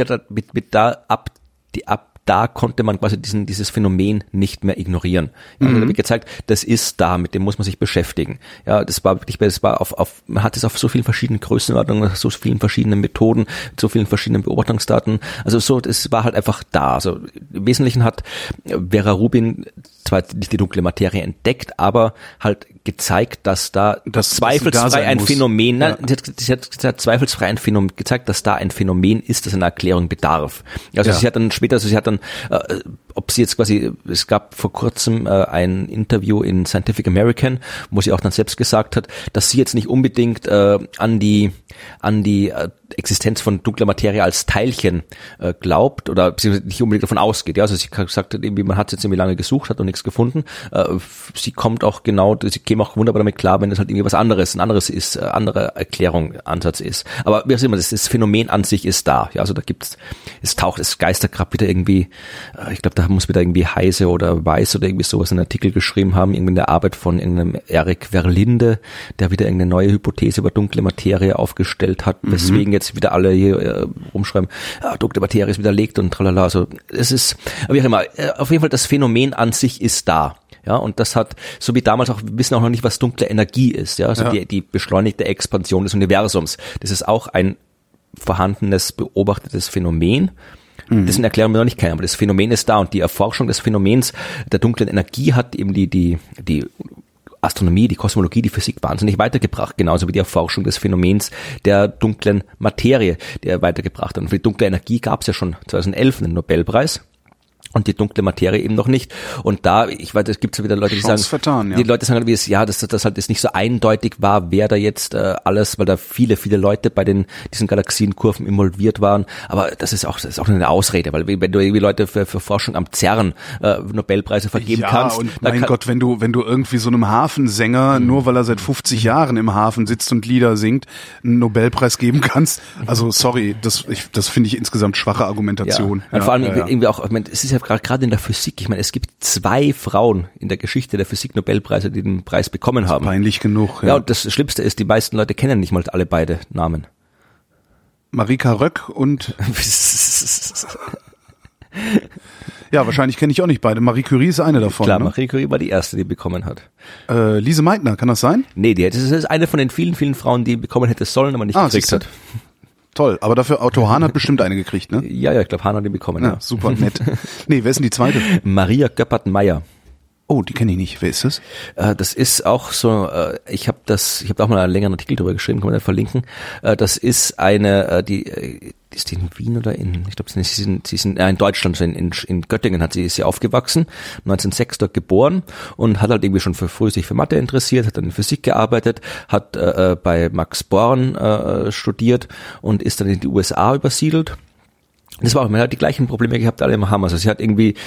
da konnte man quasi dieses Phänomen nicht mehr ignorieren. Ja, also da wird gezeigt, das ist da, mit dem muss man sich beschäftigen. Ja, man hat es auf so vielen verschiedenen Größenordnungen, so vielen verschiedenen Methoden, so vielen verschiedenen Beobachtungsdaten. Also so, das war halt einfach da. Also im Wesentlichen hat Vera Rubin zwar nicht die dunkle Materie entdeckt, aber halt gezeigt, dass da zweifelsfrei ein Phänomen, sie hat zweifelsfrei ein Phänomen gezeigt, dass da ein Phänomen ist, das eine Erklärung bedarf. Also sie hat dann später, ob sie jetzt quasi, es gab vor kurzem ein Interview in Scientific American, wo sie auch dann selbst gesagt hat, dass sie jetzt nicht unbedingt an die Existenz von dunkler Materie als Teilchen glaubt oder sie nicht unbedingt davon ausgeht. Ja, also sie hat gesagt, irgendwie, man hat es jetzt irgendwie lange gesucht, hat noch nichts gefunden. Sie käme auch wunderbar damit klar, wenn das halt irgendwie was anderes, ein anderes ist, andere Erklärung, Ansatz ist. Aber wie auch immer, das Phänomen an sich ist da. Ja, also es geistert gerade wieder irgendwie, ich glaube, da muss wieder irgendwie Heise oder Weiß oder irgendwie sowas einen Artikel geschrieben haben, irgendwie in der Arbeit von irgendeinem Erik Verlinde, der wieder irgendeine neue Hypothese über dunkle Materie aufgestellt hat, weswegen jetzt wieder alle hier rumschreiben, dunkle Materie ist widerlegt und tralala. Also es ist, wie auch immer, auf jeden Fall das Phänomen an sich ist da. Ja, und das hat, so wie damals auch, wir wissen auch noch nicht, was dunkle Energie ist, ja, also die beschleunigte Expansion des Universums. Das ist auch ein vorhandenes, beobachtetes Phänomen. Dessen erklären wir noch nicht kennen, aber das Phänomen ist da und die Erforschung des Phänomens der dunklen Energie hat eben die Astronomie, die Kosmologie, die Physik wahnsinnig weitergebracht, genauso wie die Erforschung des Phänomens der dunklen Materie, der weitergebracht hat. Und für die dunkle Energie gab es ja schon 2011 einen Nobelpreis. Und die dunkle Materie eben noch nicht. Und da, ich weiß, es gibt so wieder Leute, die sagen, die Leute sagen halt, dass halt nicht so eindeutig war, wer da jetzt alles, weil da viele Leute bei diesen Galaxienkurven involviert waren. Aber das ist auch eine Ausrede, weil wenn du irgendwie Leute für Forschung am CERN Nobelpreise vergeben kannst. Und mein Gott, wenn du irgendwie so einem Hafensänger, nur weil er seit 50 Jahren im Hafen sitzt und Lieder singt, einen Nobelpreis geben kannst, also sorry, das finde ich insgesamt schwache Argumentation. Ja. Und vor allem irgendwie auch, ich meine, es ist ja gerade in der Physik, ich meine, es gibt 2 Frauen in der Geschichte der Physik-Nobelpreise, die den Preis bekommen haben. Peinlich genug. Ja, und das Schlimmste ist, die meisten Leute kennen nicht mal alle beide Namen. Marika Röck und ja, wahrscheinlich kenne ich auch nicht beide. Marie Curie ist eine davon. Klar, ne? Marie Curie war die erste, die bekommen hat. Lise Meitner, kann das sein? Nee, das ist eine von den vielen, vielen Frauen, die bekommen hätte sollen, aber nicht gekriegt hat. Toll, aber dafür Otto Hahn hat bestimmt eine gekriegt, ne? Ja, ich glaube, Hahn hat die bekommen. Ja, super nett. Nee, wer ist denn die zweite? Maria Göppert-Meyer. Oh, die kenne ich nicht. Wer ist das? Das ist auch so, ich habe auch mal einen längeren Artikel darüber geschrieben, kann man da verlinken. Das ist eine, ist die in Wien oder ich glaube, sie sind in Deutschland, in Göttingen ist sie aufgewachsen, 1906 dort geboren und hat halt irgendwie schon früh sich für Mathe interessiert, hat dann in Physik gearbeitet, hat bei Max Born studiert und ist dann in die USA übersiedelt. Das war auch, man hat die gleichen Probleme gehabt, alle im Hamm. Also sie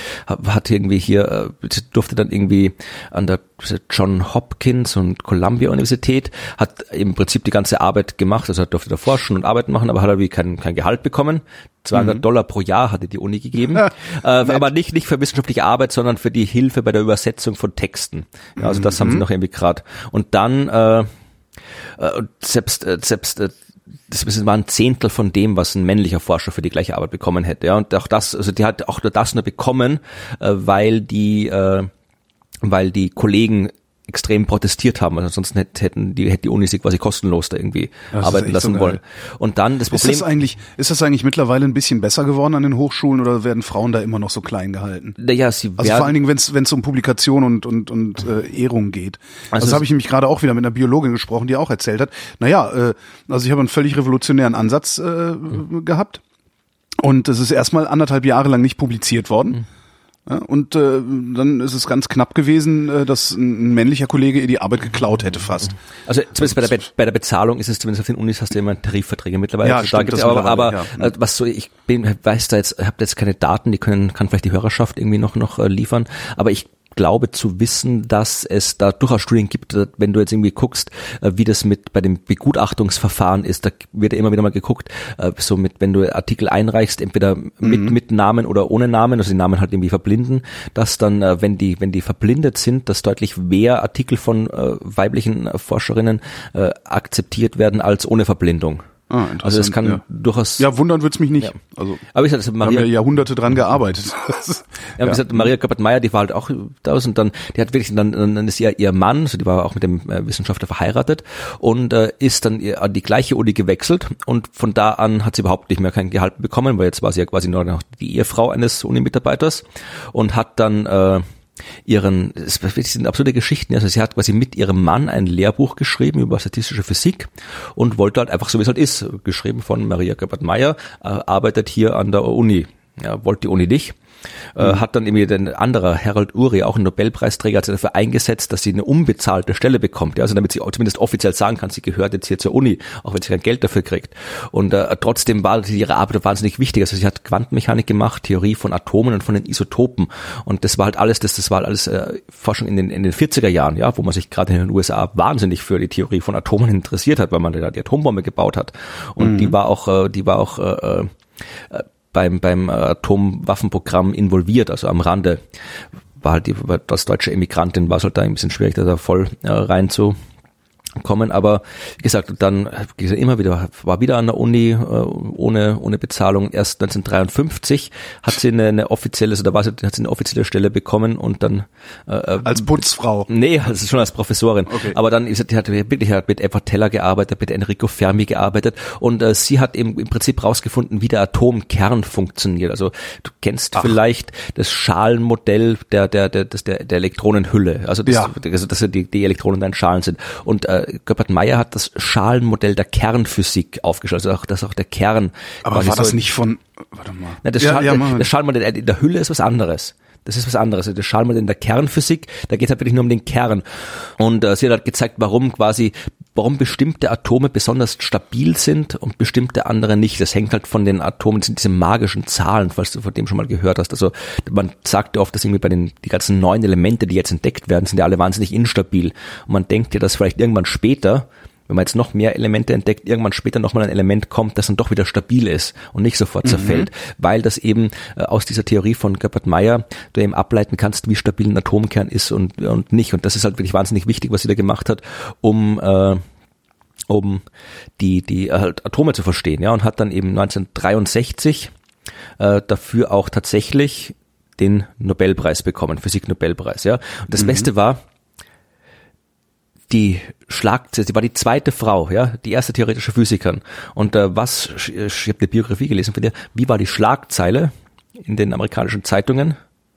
durfte dann irgendwie an der John Hopkins und Columbia Universität, hat im Prinzip die ganze Arbeit gemacht, also durfte da forschen und Arbeiten machen, aber hat irgendwie kein Gehalt bekommen. $200 pro Jahr hatte die Uni gegeben, aber nicht für wissenschaftliche Arbeit, sondern für die Hilfe bei der Übersetzung von Texten. Ja, also das haben sie noch irgendwie gerade. Und dann das war ein Zehntel von dem, was ein männlicher Forscher für die gleiche Arbeit bekommen hätte. Ja, und auch das, also die hat auch das nur bekommen, weil die Kollegen extrem protestiert haben, also sonst hätte die Uni sie quasi kostenlos da irgendwie arbeiten lassen so wollen. Und dann das Problem. Ist das eigentlich mittlerweile ein bisschen besser geworden an den Hochschulen oder werden Frauen da immer noch so klein gehalten? Ja, also vor allen Dingen, wenn es um Publikation und Ehrung geht. Also das habe ich nämlich gerade auch wieder mit einer Biologin gesprochen, die auch erzählt hat. Also ich habe einen völlig revolutionären Ansatz gehabt und es ist erstmal 1,5 Jahre lang nicht publiziert worden. Ja, und dann ist es ganz knapp gewesen, dass ein männlicher Kollege ihr die Arbeit geklaut hätte fast. Also zumindest bei der Bezahlung ist es zumindest auf den Unis hast du immer Tarifverträge mittlerweile. Ja, stimmt, aber was so ich weiß da jetzt, habe jetzt keine Daten, kann vielleicht die Hörerschaft irgendwie noch liefern, aber ich glaube zu wissen, dass es da durchaus Studien gibt, wenn du jetzt irgendwie guckst, wie das bei dem Begutachtungsverfahren ist, da wird ja immer wieder mal geguckt, wenn du Artikel einreichst, entweder mit Namen oder ohne Namen, also die Namen halt irgendwie verblinden, dass dann, wenn die verblindet sind, dass deutlich mehr Artikel von weiblichen Forscherinnen akzeptiert werden als ohne Verblindung. Also es kann durchaus... Ja, wundern wird's mich nicht. Ja. Also, aber ich sag, Maria, haben ja Jahrhunderte dran gearbeitet. Wie gesagt, Maria Göbert-Meyer, die war halt auch da und dann ist ihr Mann, also die war auch mit dem Wissenschaftler verheiratet und ist dann an die gleiche Uni gewechselt und von da an hat sie überhaupt nicht mehr kein Gehalt bekommen, weil jetzt war sie ja quasi nur noch die Ehefrau eines Uni-Mitarbeiters und hat dann das sind absurde Geschichten, also sie hat quasi mit ihrem Mann ein Lehrbuch geschrieben über statistische Physik und wollte halt einfach so wie es halt ist, geschrieben von Maria Göbert-Meyer, arbeitet hier an der Uni, wollte die Uni nicht. Hat dann irgendwie ein anderer, Harold Urey, auch ein Nobelpreisträger, hat sich dafür eingesetzt, dass sie eine unbezahlte Stelle bekommt, ja, also damit sie zumindest offiziell sagen kann, sie gehört jetzt hier zur Uni, auch wenn sie kein Geld dafür kriegt. Und trotzdem war ihre Arbeit wahnsinnig wichtig, also sie hat Quantenmechanik gemacht, Theorie von Atomen und von den Isotopen und das war halt alles, Forschung in den 40er Jahren, ja, wo man sich gerade in den USA wahnsinnig für die Theorie von Atomen interessiert hat, weil man da die Atombombe gebaut hat und die war auch beim Atomwaffenprogramm involviert, also am Rande war halt als deutsche Emigrantin war es halt da ein bisschen schwierig, da voll reinzukommen, aber wie gesagt, dann war wieder an der Uni ohne Bezahlung. Erst 1953 hat sie eine offizielle Stelle bekommen und dann als Putzfrau. Nee, also schon als Professorin. Okay. Aber dann die hat mit Edward Teller gearbeitet, mit Enrico Fermi gearbeitet und sie hat im Prinzip rausgefunden, wie der Atomkern funktioniert. Also du kennst vielleicht das Schalenmodell der Elektronenhülle. Also dass die Elektronen dann Schalen sind. Und Göbert-Meyer hat das Schalenmodell der Kernphysik aufgestellt, also dass auch der Kern. Aber war das nicht von? Warte mal. Na, das Schalenmodell in der Hülle ist was anderes. Das ist was anderes. Das Schalenmodell in der Kernphysik, da geht es halt wirklich nur um den Kern. Und sie hat halt gezeigt, warum bestimmte Atome besonders stabil sind und bestimmte andere nicht. Das hängt halt von den Atomen, das sind diese magischen Zahlen, falls du von dem schon mal gehört hast. Also man sagt ja oft, dass irgendwie die ganzen neuen Elemente, die jetzt entdeckt werden, sind ja alle wahnsinnig instabil. Und man denkt ja, dass vielleicht irgendwann später, wenn man jetzt noch mehr Elemente entdeckt, irgendwann später nochmal ein Element kommt, das dann doch wieder stabil ist und nicht sofort zerfällt, weil das eben aus dieser Theorie von Göbert-Meyer du eben ableiten kannst, wie stabil ein Atomkern ist und nicht. Und das ist halt wirklich wahnsinnig wichtig, was sie da gemacht hat, um die Atome zu verstehen, ja, und hat dann eben 1963 dafür auch tatsächlich den Nobelpreis bekommen, Physik-Nobelpreis, ja. Und das Beste war, sie war die zweite Frau, ja, die erste theoretische Physikerin. Und ich habe eine Biografie gelesen von der, wie war die Schlagzeile in den amerikanischen Zeitungen?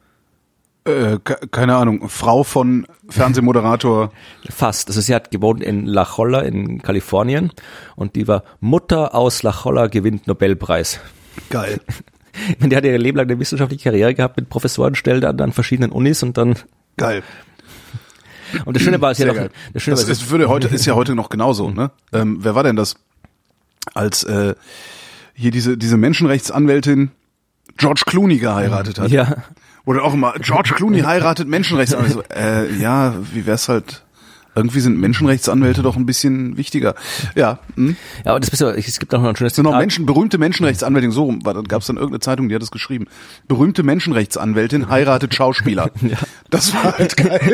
Keine Ahnung, Frau von Fernsehmoderator. Fast. Also sie hat gewohnt in La Jolla in Kalifornien und die war Mutter aus La Jolla gewinnt Nobelpreis. Geil. Die hat ihre Leben lang eine wissenschaftliche Karriere gehabt mit Professorenstellen an verschiedenen Unis und dann. Geil. Und das Schöne war es ja noch. Ist ja heute noch genauso, ne? Wer war denn das? Als hier diese Menschenrechtsanwältin, George Clooney geheiratet hat. Ja. Oder auch immer, George Clooney heiratet Menschenrechtsanwälte. Ja, wie wär's halt... Irgendwie sind Menschenrechtsanwälte doch ein bisschen wichtiger. Ja. Ja, aber es gibt auch noch ein schönes Zitat. Genau, berühmte Menschenrechtsanwältin, so rum, da gab es dann irgendeine Zeitung, die hat das geschrieben. Berühmte Menschenrechtsanwältin heiratet Schauspieler. Ja. Das war halt geil.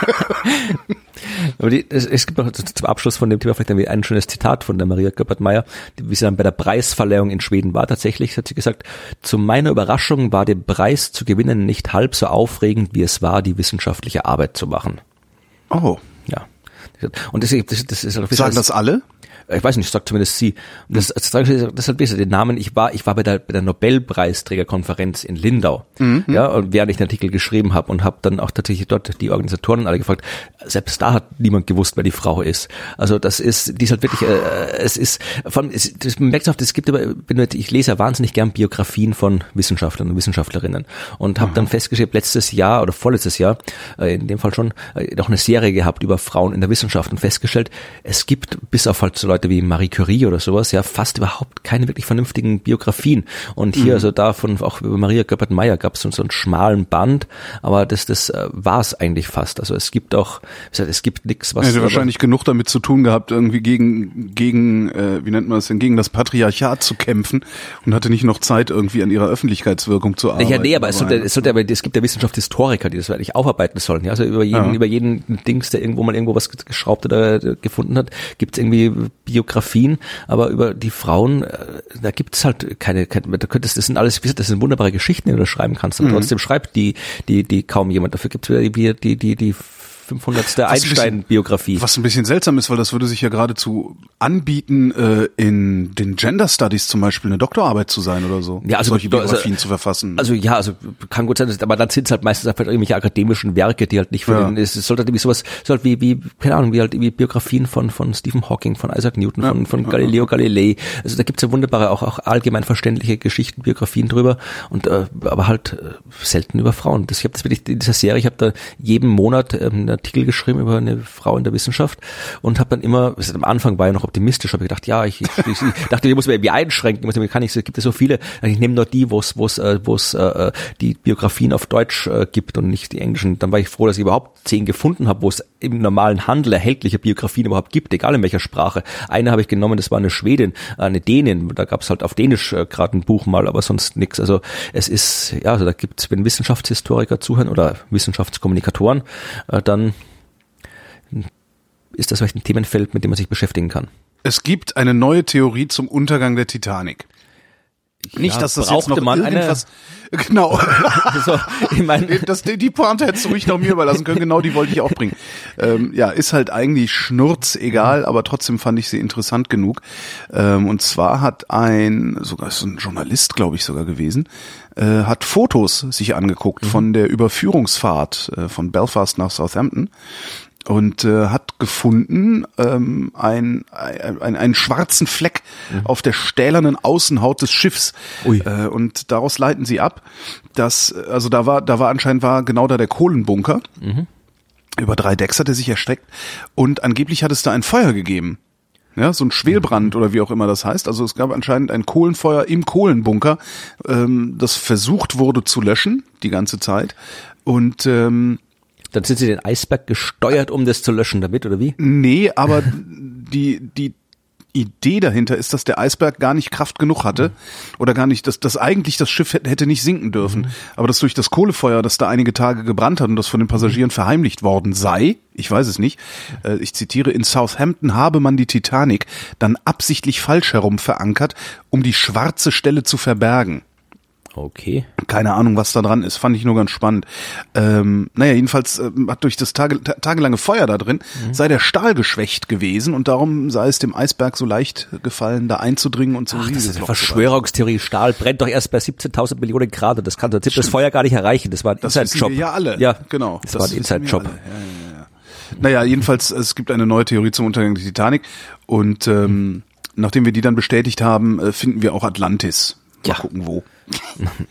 Aber es gibt noch zum Abschluss von dem Thema vielleicht ein schönes Zitat von der Maria Göppert-Mayer, wie sie dann bei der Preisverleihung in Schweden war. Tatsächlich hat sie gesagt, zu meiner Überraschung war der Preis zu gewinnen nicht halb so aufregend, wie es war, die wissenschaftliche Arbeit zu machen. Oh. Ja. Und das ist sagen das alle? Ich weiß nicht, sagt zumindest sie. Und das halt besser, den Namen, ich war bei der Nobelpreisträgerkonferenz in Lindau, ja, und während ich den Artikel geschrieben habe und habe dann auch tatsächlich dort die Organisatoren alle gefragt, selbst da hat niemand gewusst, wer die Frau ist. Also die ist halt wirklich, man merkt oft, es gibt aber, ich lese ja wahnsinnig gern Biografien von Wissenschaftlern und Wissenschaftlerinnen und habe dann festgestellt, letztes Jahr oder vorletztes Jahr, in dem Fall schon, noch eine Serie gehabt über Frauen in der Wissenschaft und festgestellt, es gibt bis auf halt so Leute wie Marie Curie oder sowas, ja, fast überhaupt keine wirklich vernünftigen Biografien. Und hier, also davon, auch über Maria Göppert-Mayer gab es so einen schmalen Band, aber das war es eigentlich fast. Also es gibt auch, wie gesagt, es gibt nichts, was... Hätte wahrscheinlich genug damit zu tun gehabt, irgendwie gegen wie nennt man das denn, gegen das Patriarchat zu kämpfen und hatte nicht noch Zeit, irgendwie an ihrer Öffentlichkeitswirkung zu arbeiten. Ja, nee, aber es gibt ja Wissenschaftshistoriker, die das wirklich aufarbeiten sollen. Ja, also über jeden Dings, der irgendwo mal irgendwo was geschraubt oder gefunden hat, gibt es irgendwie Biografien, aber über die Frauen, da gibt es halt keine, das sind alles, das sind wunderbare Geschichten, die du schreiben kannst, aber trotzdem schreibt die kaum jemand. Dafür gibt es wieder die 500. Einstein-Biografie. Was ein bisschen seltsam ist, weil das würde sich ja geradezu anbieten, in den Gender Studies zum Beispiel eine Doktorarbeit zu sein oder so. Ja, also solche Biografien zu verfassen. Also kann gut sein, aber dann sind es halt meistens einfach irgendwelche akademischen Werke, die halt nicht für den, es sollte halt irgendwie sowas, wie keine Ahnung, wie halt irgendwie Biografien von Stephen Hawking, von Isaac Newton, von Galileo Galilei. Also da gibt's ja wunderbare, auch allgemein verständliche Geschichten, Biografien drüber und aber halt selten über Frauen. Ich habe das wirklich in dieser Serie, ich habe da jeden Monat Artikel geschrieben über eine Frau in der Wissenschaft und habe dann immer, am Anfang war ich noch optimistisch, habe gedacht, ja, ich dachte, ich muss mir irgendwie einschränken, es gibt ja so viele, ich nehme nur die, wo es die Biografien auf Deutsch gibt und nicht die englischen. Dann war ich froh, dass ich überhaupt 10 gefunden habe, wo es im normalen Handel erhältliche Biografien überhaupt gibt, egal in welcher Sprache. Eine habe ich genommen, das war eine Schwedin, eine Dänin, da gab es halt auf Dänisch gerade ein Buch mal, aber sonst nichts. Also es ist, ja, also da gibt's, wenn Wissenschaftshistoriker zuhören oder Wissenschaftskommunikatoren, dann ist das vielleicht ein Themenfeld, mit dem man sich beschäftigen kann. Es gibt eine neue Theorie zum Untergang der Titanic. Nicht, dass das jetzt noch irgendwas... Genau. Also, ich meine, die Pointe hättest du ruhig noch mir überlassen können. Genau, die wollte ich auch bringen. Ist halt eigentlich schnurzegal, aber trotzdem fand ich sie interessant genug. Und zwar hat sogar so ein Journalist, glaube ich, sogar gewesen, hat Fotos sich angeguckt von der Überführungsfahrt von Belfast nach Southampton. Und hat gefunden einen schwarzen Fleck auf der stählernen Außenhaut des Schiffs. Und daraus leiten sie ab, dass anscheinend genau da der Kohlenbunker. Über 3 Decks hat er sich erstreckt und angeblich hat es da ein Feuer gegeben. Ja, so ein Schwelbrand oder wie auch immer das heißt. Also es gab anscheinend ein Kohlenfeuer im Kohlenbunker, das versucht wurde zu löschen die ganze Zeit und dann sind sie den Eisberg gesteuert, um das zu löschen damit, oder wie? Nee, aber die Idee dahinter ist, dass der Eisberg gar nicht Kraft genug hatte oder gar nicht, dass eigentlich das Schiff hätte nicht sinken dürfen. Aber dass durch das Kohlefeuer, das da einige Tage gebrannt hat und das von den Passagieren verheimlicht worden sei, ich weiß es nicht, ich zitiere, in Southampton habe man die Titanic dann absichtlich falsch herum verankert, um die schwarze Stelle zu verbergen. Okay. Keine Ahnung, was da dran ist. Fand ich nur ganz spannend. Jedenfalls hat durch das tagelange Feuer da drin, sei der Stahl geschwächt gewesen und darum sei es dem Eisberg so leicht gefallen, da einzudringen und so. Das ist eine Verschwörungstheorie. Stahl brennt doch erst bei 17.000 Millionen Grad und das kann das Feuer gar nicht erreichen. Das war ein Inside-Job. Das wissen wir ja alle. Ja, genau. Das war ein Inside-Job. Naja, jedenfalls, es gibt eine neue Theorie zum Untergang der Titanic und nachdem wir die dann bestätigt haben, finden wir auch Atlantis. Mal gucken, wo.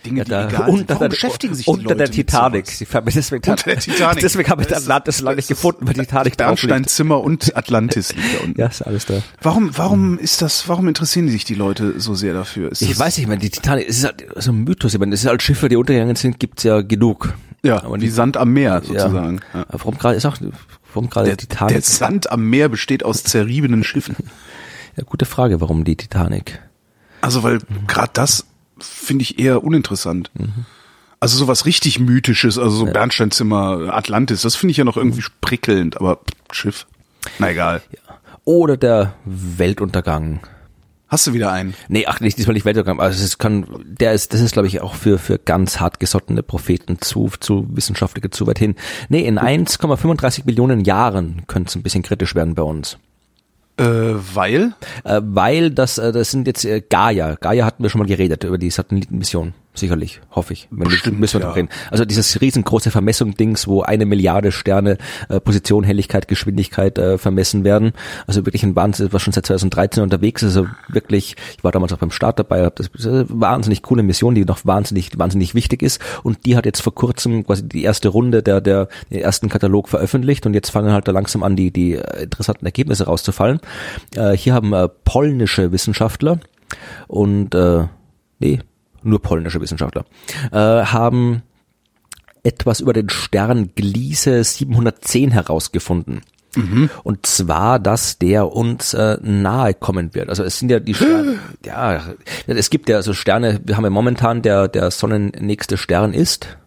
Dinge, die egal sind. Warum beschäftigen sich die Leute unter der Titanic. Deswegen habe ich Atlantis lange nicht gefunden, weil die Titanic da Bernsteinzimmer und Atlantis liegt da unten. Ja, ist alles da. Warum interessieren sich die Leute so sehr dafür? Ich weiß nicht, ich meine, die Titanic, es ist halt so ein Mythos, ich meine, es ist halt Schiffe, die untergegangen sind, gibt's ja genug. Ja, aber wie Sand am Meer sozusagen. Ja. Warum gerade die Titanic? Der Sand am Meer besteht aus zerriebenen Schiffen. Ja, gute Frage, warum die Titanic? Also, weil gerade das finde ich eher uninteressant. Also sowas richtig Mythisches, also so Bernsteinzimmer, Atlantis, das finde ich ja noch irgendwie prickelnd, aber Schiff, na egal. Ja. Oder der Weltuntergang. Hast du wieder einen? Nee, nicht, diesmal nicht Weltuntergang, also das ist glaube ich auch für ganz hart gesottene Propheten zu Wissenschaftliche zu weit hin. Nee, in 1,35 Millionen Jahren könnte es ein bisschen kritisch werden bei uns. Weil? Weil das sind jetzt Gaia. Gaia hatten wir schon mal geredet über die Satellitenmission. Sicherlich, hoffe ich. Bestimmt, müssen wir darüber reden. Also dieses riesengroße Vermessung-Dings, wo 1 Milliarde Sterne Position, Helligkeit, Geschwindigkeit vermessen werden. Also wirklich ein Wahnsinn, was schon seit 2013 unterwegs ist. Also wirklich, ich war damals auch beim Start dabei, habe das wahnsinnig coole Mission, die noch wahnsinnig wichtig ist. Und die hat jetzt vor kurzem quasi die erste Runde den ersten Katalog veröffentlicht und jetzt fangen halt da langsam an, die interessanten Ergebnisse rauszufallen. Hier haben polnische Wissenschaftler und nur polnische Wissenschaftler, haben etwas über den Stern Gliese 710 herausgefunden. Und zwar, dass der uns nahe kommen wird. Also es sind ja die Sterne, es gibt ja so Sterne, wir haben ja momentan der sonnennächste Stern ist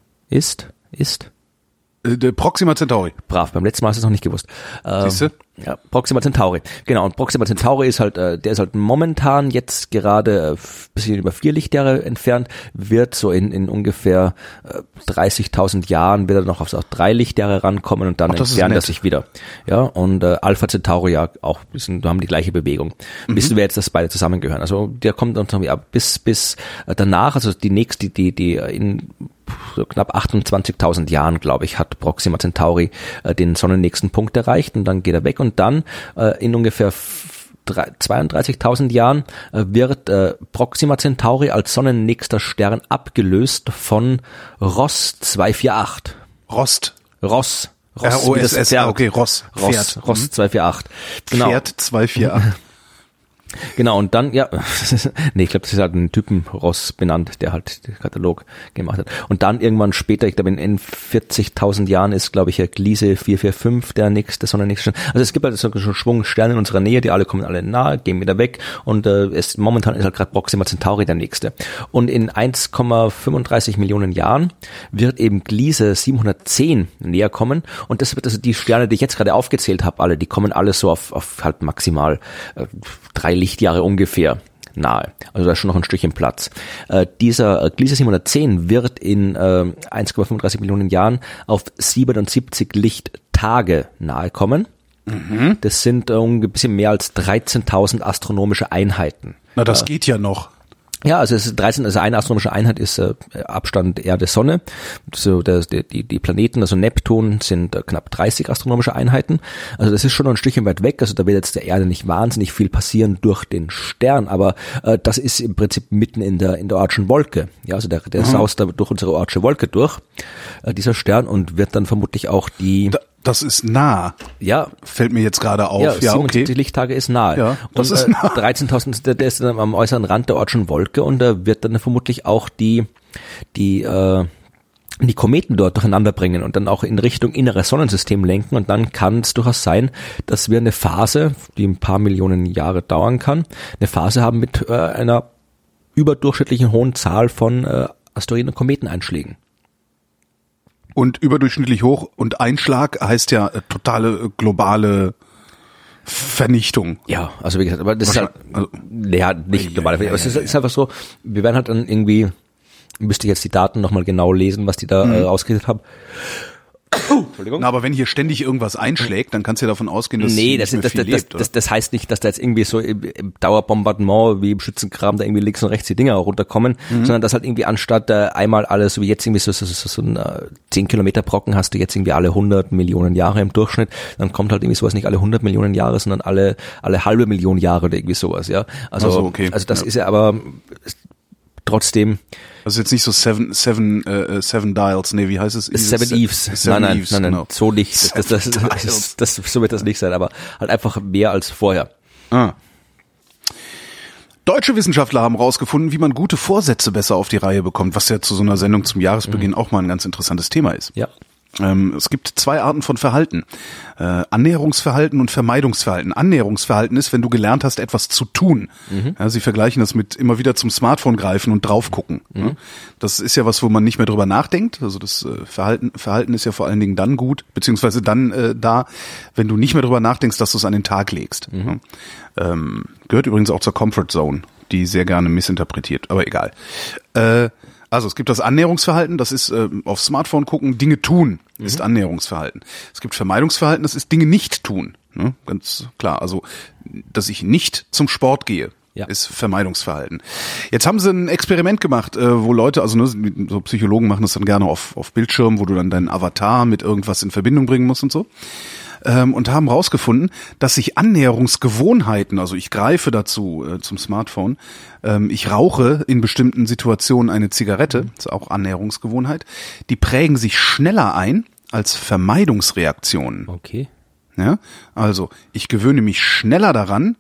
der Proxima Centauri. Brav, beim letzten Mal hast du es noch nicht gewusst. Siehste? Ja, Proxima Centauri. Genau, und Proxima Centauri ist halt, der ist halt momentan jetzt gerade bisschen über 4 Lichtjahre entfernt, wird so in ungefähr 30.000 Jahren wird er noch auf 3 Lichtjahre rankommen und dann entfernt er sich wieder. Ja, und Alpha Centauri ja auch haben die gleiche Bewegung. Wissen wir jetzt, dass beide zusammengehören. Also der kommt dann bis danach, also die nächste, die in so knapp 28.000 Jahren, glaube ich, hat Proxima Centauri den sonnennächsten Punkt erreicht und dann geht er weg und dann in ungefähr 32.000 Jahren wird Proxima Centauri als sonnennächster Stern abgelöst von Ross 248. Ross. R-O-S-S, okay, Ross 248. Genau. Pferd 248. Genau, und dann, ich glaube, das ist halt ein Typen Ross benannt, der halt den Katalog gemacht hat. Und dann irgendwann später, ich glaube in 40.000 Jahren ist, glaube ich, Gliese 445 der sonnennächste Stern. Also es gibt halt so einen Schwung Sterne in unserer Nähe, die kommen alle nahe, gehen wieder weg und momentan ist halt gerade Proxima Centauri der nächste. Und in 1,35 Millionen Jahren wird eben Gliese 710 näher kommen und das wird also die Sterne, die ich jetzt gerade aufgezählt habe, alle, die kommen alle so auf halt maximal 3 Lichtjahre ungefähr nahe. Also da ist schon noch ein Stückchen Platz. Dieser Gliese 710 wird in 1,35 Millionen Jahren auf 77 Lichttage nahe kommen. Das sind ein bisschen mehr als 13.000 astronomische Einheiten. Na, das geht ja noch. Ja, also es ist 13, also eine astronomische Einheit ist Abstand Erde-Sonne. So die Planeten, also Neptun, sind knapp 30 astronomische Einheiten. Also das ist schon noch ein Stückchen weit weg. Also da wird jetzt der Erde nicht wahnsinnig viel passieren durch den Stern, aber das ist im Prinzip mitten in der Oortschen Wolke. Ja, also der saust da durch unsere Oortsche Wolke durch, dieser Stern, und wird dann vermutlich auch das ist nah. Ja. Fällt mir jetzt gerade auf. Ja, 77 Lichttage ist nahe. Ja, das ist nah. 13.000, der ist dann am äußeren Rand der Oortschen Wolke und da wird dann vermutlich auch die Kometen dort durcheinander bringen und dann auch in Richtung inneres Sonnensystem lenken und dann kann es durchaus sein, dass wir eine Phase, die ein paar Millionen Jahre dauern kann, eine Phase haben mit einer überdurchschnittlichen hohen Zahl von Asteroiden und Kometeneinschlägen. Und überdurchschnittlich hoch und Einschlag heißt ja totale globale Vernichtung. Ja, also wie gesagt, aber das ist halt, nicht globale Vernichtung, aber es ist einfach so, wir werden halt dann irgendwie, müsste ich jetzt die Daten nochmal genau lesen, was die da ausgerichtet haben. Entschuldigung. Na, aber wenn hier ständig irgendwas einschlägt, dann kannst du ja davon ausgehen, dass das heißt nicht, dass da jetzt irgendwie so im Dauerbombardement wie im Schützengraben da irgendwie links und rechts die Dinger runterkommen, sondern dass halt irgendwie anstatt einmal alles, so wie jetzt irgendwie so ein 10 Kilometer Brocken hast du jetzt irgendwie alle 100 Millionen Jahre im Durchschnitt, dann kommt halt irgendwie sowas nicht alle 100 Millionen Jahre, sondern alle halbe Million Jahre oder irgendwie sowas, ja. Also, okay. Also das ist ja aber trotzdem. Also jetzt nicht so Seven Dials, nee, wie heißt es? Seven Eves. Nein, genau. So nicht. So wird das nicht sein, aber halt einfach mehr als vorher. Deutsche Wissenschaftler haben herausgefunden, wie man gute Vorsätze besser auf die Reihe bekommt, was ja zu so einer Sendung zum Jahresbeginn auch mal ein ganz interessantes Thema ist. Ja. Es gibt 2 Arten von Verhalten. Annäherungsverhalten und Vermeidungsverhalten. Annäherungsverhalten ist, wenn du gelernt hast, etwas zu tun. Ja, sie vergleichen das mit immer wieder zum Smartphone greifen und drauf gucken. Das ist ja was, wo man nicht mehr drüber nachdenkt. Also das Verhalten ist ja vor allen Dingen dann gut, beziehungsweise dann da, wenn du nicht mehr drüber nachdenkst, dass du es an den Tag legst. Gehört übrigens auch zur Comfort Zone, die sehr gerne missinterpretiert, aber egal. Also es gibt das Annäherungsverhalten, das ist aufs Smartphone gucken, Dinge tun, ist Annäherungsverhalten. Es gibt Vermeidungsverhalten, das ist Dinge nicht tun. Ne? Ganz klar, also dass ich nicht zum Sport gehe, ist Vermeidungsverhalten. Jetzt haben sie ein Experiment gemacht, wo Leute, also so Psychologen machen das dann gerne auf Bildschirmen, wo du dann deinen Avatar mit irgendwas in Verbindung bringen musst und so. Und haben rausgefunden, dass sich Annäherungsgewohnheiten, also ich greife dazu zum Smartphone, ich rauche in bestimmten Situationen eine Zigarette, das ist auch Annäherungsgewohnheit, die prägen sich schneller ein als Vermeidungsreaktionen. Okay. Ja, also ich gewöhne mich schneller daran,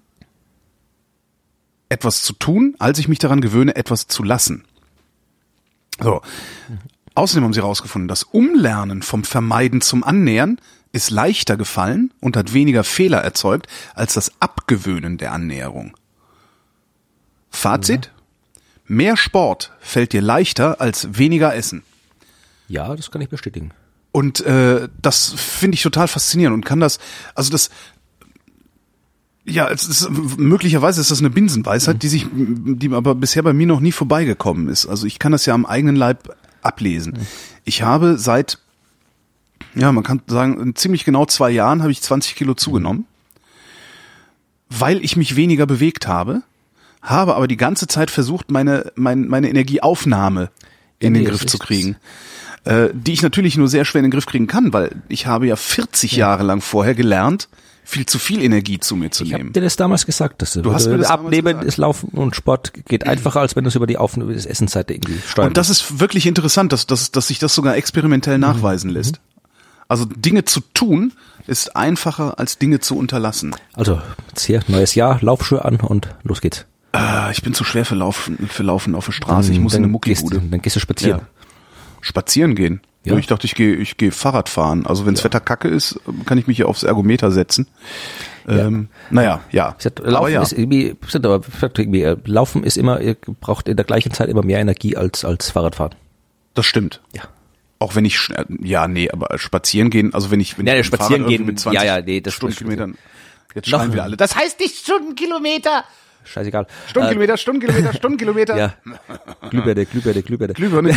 etwas zu tun, als ich mich daran gewöhne, etwas zu lassen. So. Außerdem haben sie herausgefunden, das Umlernen vom Vermeiden zum Annähern ist leichter gefallen und hat weniger Fehler erzeugt als das Abgewöhnen der Annäherung. Fazit? Mehr Sport fällt dir leichter als weniger Essen. Ja, das kann ich bestätigen. Und das finde ich total faszinierend und kann das, also das, ja, möglicherweise ist das eine Binsenweisheit, die aber bisher bei mir noch nie vorbeigekommen ist. Also ich kann das ja am eigenen Leib ablesen. Ich habe seit, man kann sagen, in ziemlich genau 2 Jahren habe ich 20 Kilo zugenommen, weil ich mich weniger bewegt habe aber die ganze Zeit versucht, meine Energieaufnahme in den Griff zu kriegen. Die ich natürlich nur sehr schwer in den Griff kriegen kann, weil ich habe ja 40 Jahre lang vorher gelernt, viel zu viel Energie zu mir zu nehmen. Ich habe dir das damals gesagt, dass du hast mir das Abnehmen ist Laufen und Sport geht einfacher, als wenn du es über die Essensseite irgendwie steuern. Und das ist wirklich interessant, dass sich das sogar experimentell nachweisen lässt. Also Dinge zu tun ist einfacher als Dinge zu unterlassen. Also jetzt hier neues Jahr, Laufschuhe an und los geht's. Ich bin zu schwer für Laufen auf der Straße. Ich muss in eine Muckibude. Dann gehst du spazieren. Ja. Spazieren gehen? Ja. Ich dachte, ich gehe Fahrrad fahren. Also wenn das Wetter kacke ist, kann ich mich hier aufs Ergometer setzen. Laufen ist immer, ihr braucht in der gleichen Zeit immer mehr Energie als Fahrradfahren. Das stimmt. Ja. Auch wenn ich aber spazieren gehen, also wenn ich spazieren gehen mit 20 das Stundenkilometern. Jetzt schreien wir alle. Das heißt nicht Stundenkilometer. Scheißegal. Stundenkilometer. Ja. Glühbirne. Glühbirne.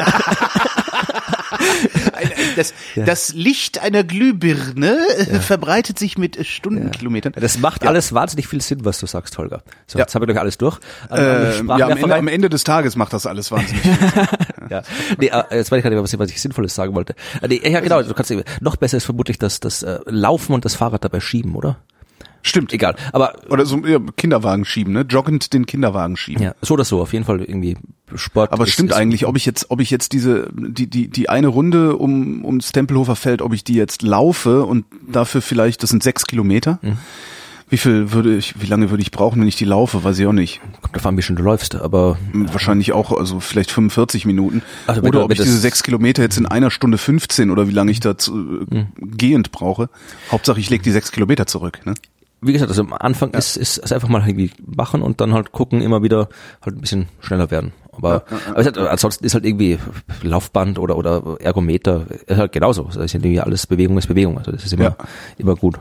Das Licht einer Glühbirne verbreitet sich mit Stundenkilometern. Ja. Das macht alles wahnsinnig viel Sinn, was du sagst, Holger. So, jetzt haben wir doch alles durch. Am Ende des Tages macht das alles wahnsinnig viel Sinn. Ja. Nee, jetzt weiß ich gar nicht, was ich Sinnvolles sagen wollte. Ja, genau, du kannst, noch besser ist vermutlich das Laufen und das Fahrrad dabei schieben, oder? Stimmt. Egal, aber oder so Kinderwagen schieben, ne? Joggend den Kinderwagen schieben. Ja, so oder so, auf jeden Fall irgendwie Sport. Aber es stimmt eigentlich, ob ich jetzt die eine Runde ums Tempelhofer Feld, ob ich die jetzt laufe und dafür vielleicht, das sind 6 Kilometer. Wie lange würde ich brauchen, wenn ich die laufe, weiß ich auch nicht. Kommt davon an, wie schon du läufst, aber wahrscheinlich auch, also vielleicht 45 Minuten. Also oder ob ich diese 6 Kilometer jetzt in 1 Stunde 15 oder wie lange ich da gehend brauche. Hauptsache ich lege die 6 Kilometer zurück, ne? Wie gesagt, also am Anfang ist einfach mal irgendwie machen und dann halt gucken, immer wieder halt ein bisschen schneller werden. Aber ansonsten ist halt irgendwie Laufband oder Ergometer ist halt genauso. Also ist irgendwie alles Bewegung ist Bewegung. Also das ist immer gut.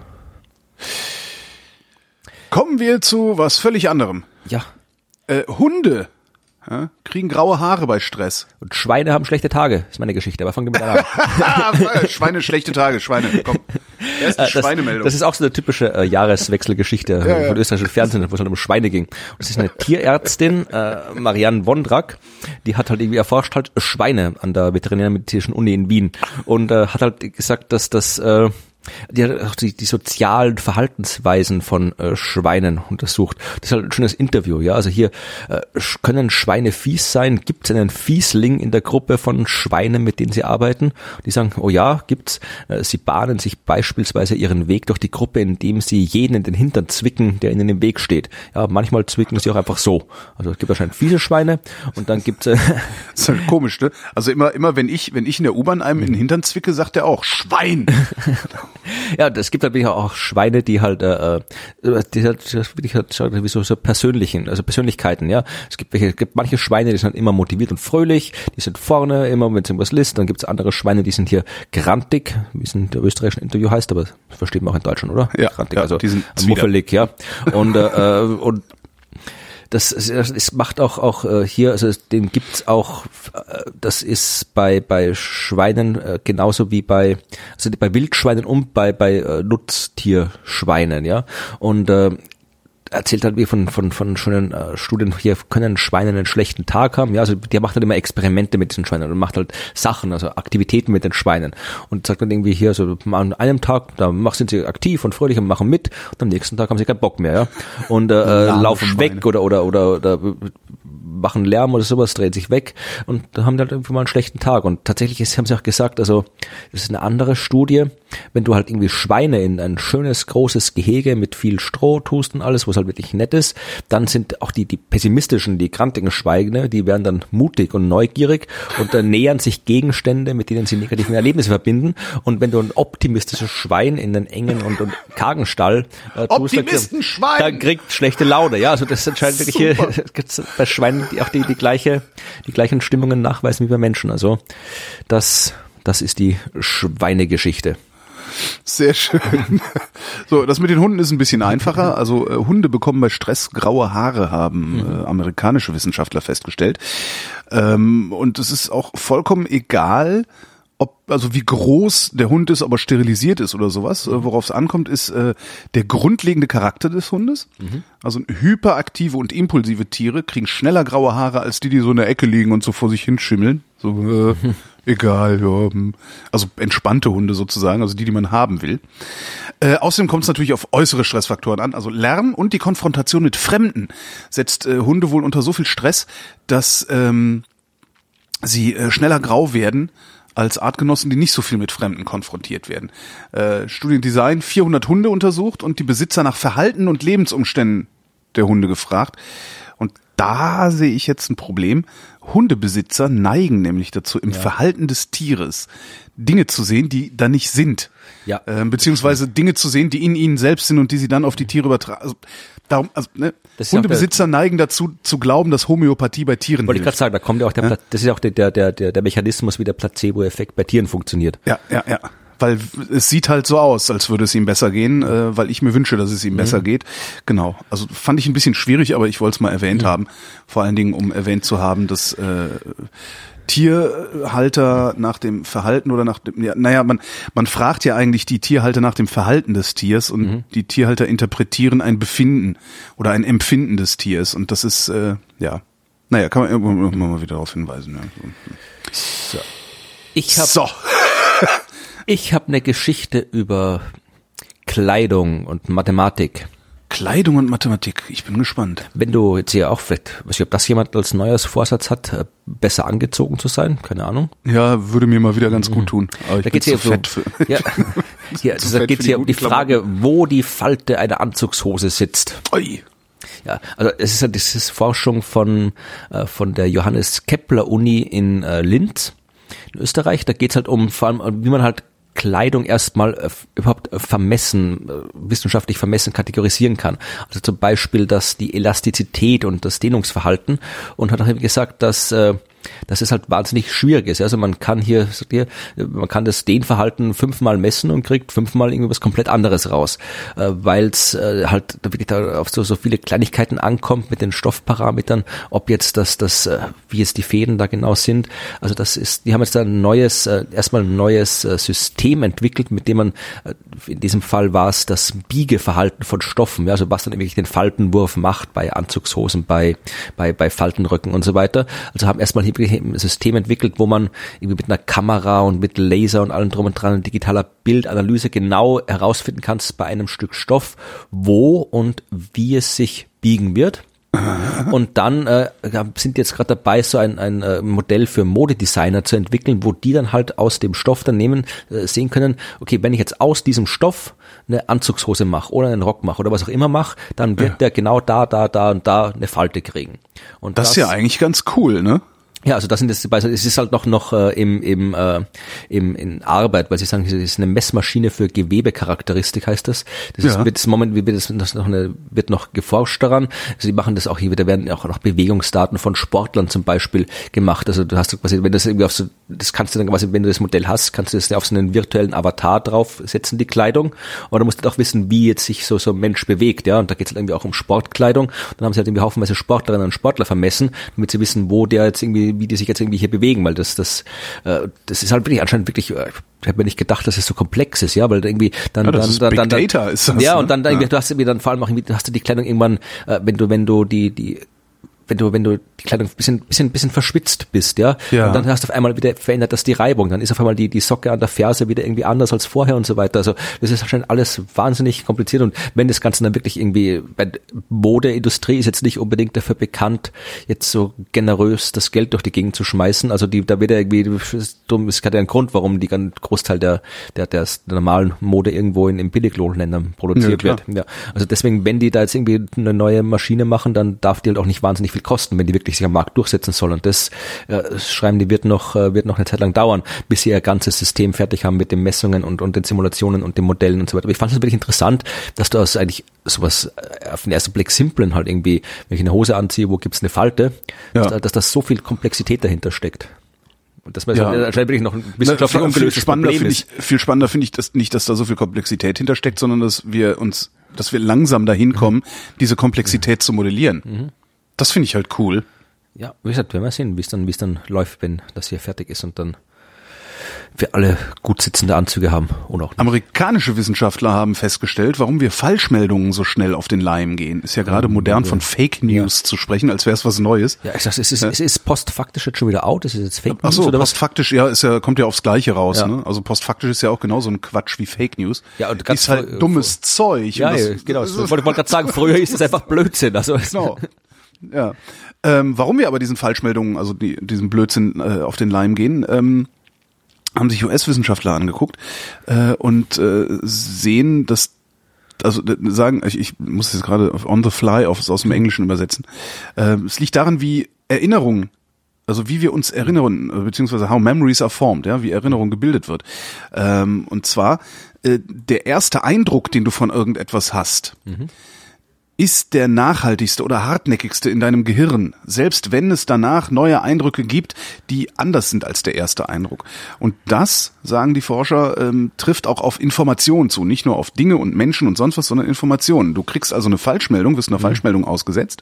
Kommen wir zu was völlig anderem. Ja. Hunde kriegen graue Haare bei Stress. Und Schweine haben schlechte Tage, ist meine Geschichte, aber fangen wir mit an. Schweine, schlechte Tage, Schweine, komm. Erste Schweinemeldung. Das ist auch so eine typische Jahreswechselgeschichte von österreichischen Fernsehen, wo es halt um Schweine ging. Und das ist eine Tierärztin, Marianne Wondrak, die hat halt irgendwie erforscht halt Schweine an der Veterinärmedizinischen Uni in Wien und hat halt gesagt, dass das die hat auch die sozialen Verhaltensweisen von Schweinen untersucht. Das ist halt ein schönes Interview, ja. Also hier können Schweine fies sein? Gibt es einen Fiesling in der Gruppe von Schweinen, mit denen sie arbeiten? Die sagen, oh ja, gibt's. Sie bahnen sich beispielsweise ihren Weg durch die Gruppe, indem sie jeden in den Hintern zwicken, der ihnen im Weg steht. Ja, manchmal zwicken sie auch einfach so. Also es gibt wahrscheinlich fiese Schweine und dann gibt's das ist halt komisch, ne? Also immer wenn ich in der U-Bahn einem in den Hintern zwicke, sagt er auch Schwein. Ja, es gibt natürlich auch Schweine, die halt, die halt wie so Persönlichkeiten, ja. Es gibt manche Schweine, die sind immer motiviert und fröhlich, die sind vorne, immer wenn es irgendwas ist. Dann gibt es andere Schweine, die sind hier grantig, wie es in der österreichischen Interview heißt, aber das versteht man auch in Deutschland, oder? Ja, grantig, ja, also die sind muffelig, ja. Und das macht auch hier, also den gibt's auch, das ist bei Schweinen genauso wie bei Wildschweinen und bei Nutztierschweinen, ja. Und erzählt halt wie von schönen Studien, hier können Schweine einen schlechten Tag haben, ja, also der macht halt immer Experimente mit diesen Schweinen und macht halt Sachen, also Aktivitäten mit den Schweinen und sagt dann irgendwie hier so an einem Tag, da sind sie aktiv und fröhlich und machen mit und am nächsten Tag haben sie keinen Bock mehr, ja, und laufen weg oder machen Lärm oder sowas, drehen sich weg und da haben die halt irgendwie mal einen schlechten Tag und tatsächlich haben sie auch gesagt, also das ist eine andere Studie, wenn du halt irgendwie Schweine in ein schönes, großes Gehege mit viel Stroh tust und alles, wo es halt wirklich nett ist, dann sind auch die pessimistischen, die grantigen Schweine, die werden dann mutig und neugierig und dann nähern sich Gegenstände, mit denen sie negative Erlebnisse verbinden und wenn du ein optimistisches Schwein in einen engen und kargen Stall tust, dann kriegt schlechte Laune, ja, also das anscheinend wirklich hier gibt's bei Schweinen die auch die gleichen Stimmungen nachweisen wie bei Menschen, also das ist die Schweinegeschichte. Sehr schön. So, das mit den Hunden ist ein bisschen einfacher. Also Hunde bekommen bei Stress graue Haare, haben amerikanische Wissenschaftler festgestellt. Und es ist auch vollkommen egal, also wie groß der Hund ist, ob er sterilisiert ist oder sowas. Worauf es ankommt, ist der grundlegende Charakter des Hundes. Also hyperaktive und impulsive Tiere kriegen schneller graue Haare als die so in der Ecke liegen und so vor sich hinschimmeln. So, egal, ja. Also entspannte Hunde sozusagen, also die man haben will. Außerdem kommt es natürlich auf äußere Stressfaktoren an. Also Lärm und die Konfrontation mit Fremden setzt Hunde wohl unter so viel Stress, dass sie schneller grau werden als Artgenossen, die nicht so viel mit Fremden konfrontiert werden. Studiendesign 400 Hunde untersucht und die Besitzer nach Verhalten und Lebensumständen der Hunde gefragt. Und da sehe ich jetzt ein Problem. Hundebesitzer neigen nämlich dazu, im Verhalten des Tieres Dinge zu sehen, die da nicht sind. Ja. Beziehungsweise Dinge zu sehen, die in ihnen selbst sind und die sie dann auf die Tiere übertragen. Hundebesitzer neigen dazu, zu glauben, dass Homöopathie bei Tieren hilft. Wollte ich gerade sagen, da kommt ja auch das ist ja auch der Mechanismus, wie der Placebo-Effekt bei Tieren funktioniert. Ja. Weil es sieht halt so aus, als würde es ihm besser gehen, weil ich mir wünsche, dass es ihm besser geht. Genau. Also fand ich ein bisschen schwierig, aber ich wollte es mal erwähnt haben. Vor allen Dingen, um erwähnt zu haben, dass Tierhalter nach dem Verhalten oder nach dem, man fragt ja eigentlich die Tierhalter nach dem Verhalten des Tiers und die Tierhalter interpretieren ein Befinden oder ein Empfinden des Tiers und das ist, kann man immer mal wieder darauf hinweisen. Ja. So. Ich habe eine Geschichte über Kleidung und Mathematik. Kleidung und Mathematik, ich bin gespannt. Wenn du jetzt hier auch vielleicht, weiß ich, ob das jemand als Neujahrsvorsatz hat, besser angezogen zu sein, keine Ahnung. Ja, würde mir mal wieder ganz gut tun. Aber da geht's hier da geht's hier um die Frage, wo die Falte einer Anzugshose sitzt. Oi. Ja, also das ist Forschung von der Johannes Kepler Uni in Linz in Österreich. Da geht's halt um vor allem, wie man halt Kleidung erstmal überhaupt wissenschaftlich vermessen, kategorisieren kann. Also zum Beispiel, dass die Elastizität und das Dehnungsverhalten und hat auch eben gesagt, dass es halt wahnsinnig schwierig ist. Also man kann man kann das Dehnverhalten 5-mal messen und kriegt 5-mal irgendwas komplett anderes raus, weil es halt wirklich da auf so viele Kleinigkeiten ankommt mit den Stoffparametern, ob jetzt wie jetzt die Fäden da genau sind. Also die haben jetzt da erstmal ein neues System entwickelt, mit dem man, in diesem Fall war es das Biegeverhalten von Stoffen, ja, also was dann wirklich den Faltenwurf macht bei Anzugshosen, bei Faltenröcken und so weiter. Also haben erstmal hier ein System entwickelt, wo man irgendwie mit einer Kamera und mit Laser und allem drum und dran und digitaler Bildanalyse genau herausfinden kannst bei einem Stück Stoff, wo und wie es sich biegen wird. Und dann sind jetzt gerade dabei, so ein Modell für Modedesigner zu entwickeln, wo die dann halt aus dem Stoff dann sehen können, okay, wenn ich jetzt aus diesem Stoff eine Anzugshose mache oder einen Rock mache oder was auch immer mache, dann wird der genau da und da eine Falte kriegen. Und das ist ja eigentlich ganz cool, ne? Ja, also das sind es ist halt noch in Arbeit, weil sie sagen, es ist eine Messmaschine für Gewebecharakteristik, heißt das. Das wird noch geforscht daran. Also die machen das auch hier, da werden auch noch Bewegungsdaten von Sportlern zum Beispiel gemacht. Also du hast quasi, wenn das irgendwie das kannst du dann quasi, wenn du das Modell hast, kannst du das auf so einen virtuellen Avatar draufsetzen, die Kleidung. Aber du musst halt auch wissen, wie jetzt sich so ein Mensch bewegt, ja. Und da geht es halt irgendwie auch um Sportkleidung. Dann haben sie halt irgendwie haufenweise Sportlerinnen und Sportler vermessen, damit sie wissen, wo der jetzt irgendwie, wie die sich jetzt irgendwie hier bewegen, weil das ist halt wirklich anscheinend wirklich, ich habe mir nicht gedacht, dass es so komplex ist, ja, weil irgendwie dann Big Data ist das, ja, ne? und dann du hast irgendwie dann vor allem auch irgendwie, hast du die Kleidung irgendwann, wenn du die Kleidung ein bisschen verschwitzt bist, ja, und dann hast du auf einmal wieder verändert das die Reibung, dann ist auf einmal die Socke an der Ferse wieder irgendwie anders als vorher und so weiter. Also das ist anscheinend alles wahnsinnig kompliziert und wenn das Ganze dann wirklich irgendwie, bei Modeindustrie ist jetzt nicht unbedingt dafür bekannt, jetzt so generös das Geld durch die Gegend zu schmeißen. Also da wird ja irgendwie, es hat ja einen Grund, warum die ganzen Großteil der normalen Mode irgendwo in Billiglohnländern produziert wird. Ja, also deswegen, wenn die da jetzt irgendwie eine neue Maschine machen, dann darf die halt auch nicht wahnsinnig viel kosten, wenn die wirklich sich am Markt durchsetzen soll. Und das schreiben die wird noch eine Zeit lang dauern, bis sie ihr ganzes System fertig haben mit den Messungen und den Simulationen und den Modellen und so weiter. Aber ich fand es wirklich interessant, dass du aus eigentlich sowas auf den ersten Blick simplen halt irgendwie, wenn ich eine Hose anziehe, wo gibt's eine Falte, dass da so viel Komplexität dahinter steckt. Und das anscheinend wirklich noch ein wissenschaftlich ungelöstes Problem ist. Viel spannender finde ich das nicht, dass da so viel Komplexität hintersteckt, sondern dass wir langsam dahin kommen, diese Komplexität zu modellieren. Das finde ich halt cool. Ja, wie gesagt, werden wir sehen, wie es dann läuft, wenn das hier fertig ist und dann wir alle gut sitzende Anzüge haben oder auch nicht. Amerikanische Wissenschaftler haben festgestellt, warum wir Falschmeldungen so schnell auf den Leim gehen. Ist ja gerade modern von Fake News zu sprechen, als wäre es was Neues. Ja, ich sag, es ist postfaktisch jetzt schon wieder out, ist es jetzt Fake News? Ach so, oder postfaktisch, kommt ja aufs Gleiche raus, ne? Also postfaktisch ist ja auch genauso ein Quatsch wie Fake News. Ja, und ganz ist halt dummes Zeug. Ja, genau. Ich wollte gerade sagen, früher ist es einfach Blödsinn. Also genau. Ja. Warum wir aber diesen Falschmeldungen, also diesem Blödsinn auf den Leim gehen, haben sich US-Wissenschaftler angeguckt und sehen, dass, also sagen, ich muss jetzt gerade on the fly aus dem Englischen übersetzen, es liegt daran, wie Erinnerungen, also wie wir uns erinnern, beziehungsweise how memories are formed, ja, wie Erinnerung gebildet wird. Und zwar der erste Eindruck, den du von irgendetwas hast, ist der nachhaltigste oder hartnäckigste in deinem Gehirn, selbst wenn es danach neue Eindrücke gibt, die anders sind als der erste Eindruck. Und das, sagen die Forscher, trifft auch auf Informationen zu, nicht nur auf Dinge und Menschen und sonst was, sondern Informationen. Du kriegst also eine Falschmeldung, wirst einer Falschmeldung ausgesetzt.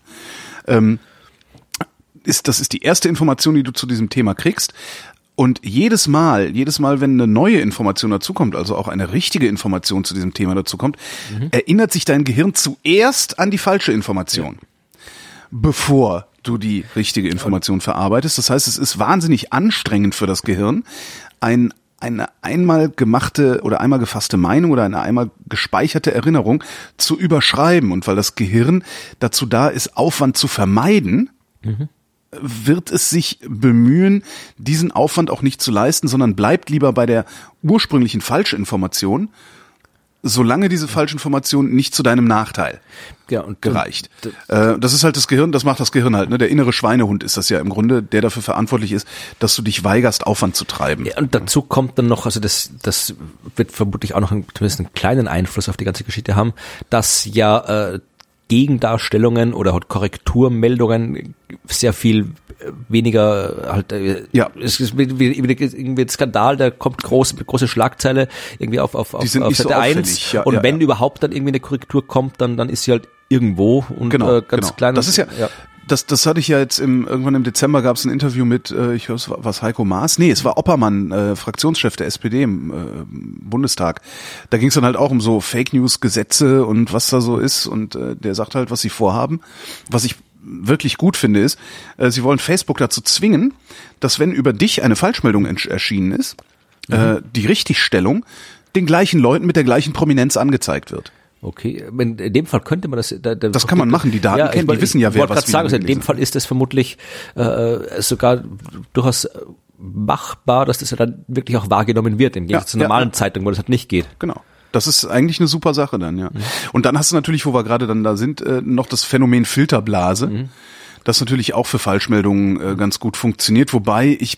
Das ist die erste Information, die du zu diesem Thema kriegst. Und jedes Mal, wenn eine neue Information dazukommt, also auch eine richtige Information zu diesem Thema dazukommt, erinnert sich dein Gehirn zuerst an die falsche Information, bevor du die richtige Information verarbeitest. Das heißt, es ist wahnsinnig anstrengend für das Gehirn, eine einmal gemachte oder einmal gefasste Meinung oder eine einmal gespeicherte Erinnerung zu überschreiben. Und weil das Gehirn dazu da ist, Aufwand zu vermeiden, wird es sich bemühen, diesen Aufwand auch nicht zu leisten, sondern bleibt lieber bei der ursprünglichen Falschinformation, solange diese Falschinformation nicht zu deinem Nachteil gereicht. Das ist halt das Gehirn, das macht das Gehirn halt, ne? Der innere Schweinehund ist das ja im Grunde, der dafür verantwortlich ist, dass du dich weigerst, Aufwand zu treiben. Ja, und dazu kommt dann noch, also das wird vermutlich auch noch zumindest einen kleinen Einfluss auf die ganze Geschichte haben, dass ja Gegendarstellungen oder halt Korrekturmeldungen sehr viel weniger halt, es ist irgendwie ein Skandal, da kommt große Schlagzeile irgendwie auf Seite so 1 und wenn überhaupt dann irgendwie eine Korrektur kommt, dann ist sie halt irgendwo und ganz klein. Das ist Das hatte ich ja jetzt irgendwann im Dezember gab es ein Interview mit, ich höre, was Heiko Maas? Nee, es war Oppermann, Fraktionschef der SPD im Bundestag. Da ging es dann halt auch um so Fake News Gesetze und was da so ist und der sagt halt, was sie vorhaben. Was ich wirklich gut finde, ist, sie wollen Facebook dazu zwingen, dass wenn über dich eine Falschmeldung erschienen ist, die Richtigstellung den gleichen Leuten mit der gleichen Prominenz angezeigt wird. Okay, in dem Fall könnte man das... Das kann man machen, die Daten kennen, die wissen ja, wer was sagen, also in dem Fall ist es vermutlich sogar durchaus machbar, dass das ja dann wirklich auch wahrgenommen wird, im Gegensatz zur normalen Zeitung, wo das halt nicht geht. Genau. Das ist eigentlich eine super Sache dann, ja. Und dann hast du natürlich, wo wir gerade dann da sind, noch das Phänomen Filterblase, das natürlich auch für Falschmeldungen ganz gut funktioniert, wobei ich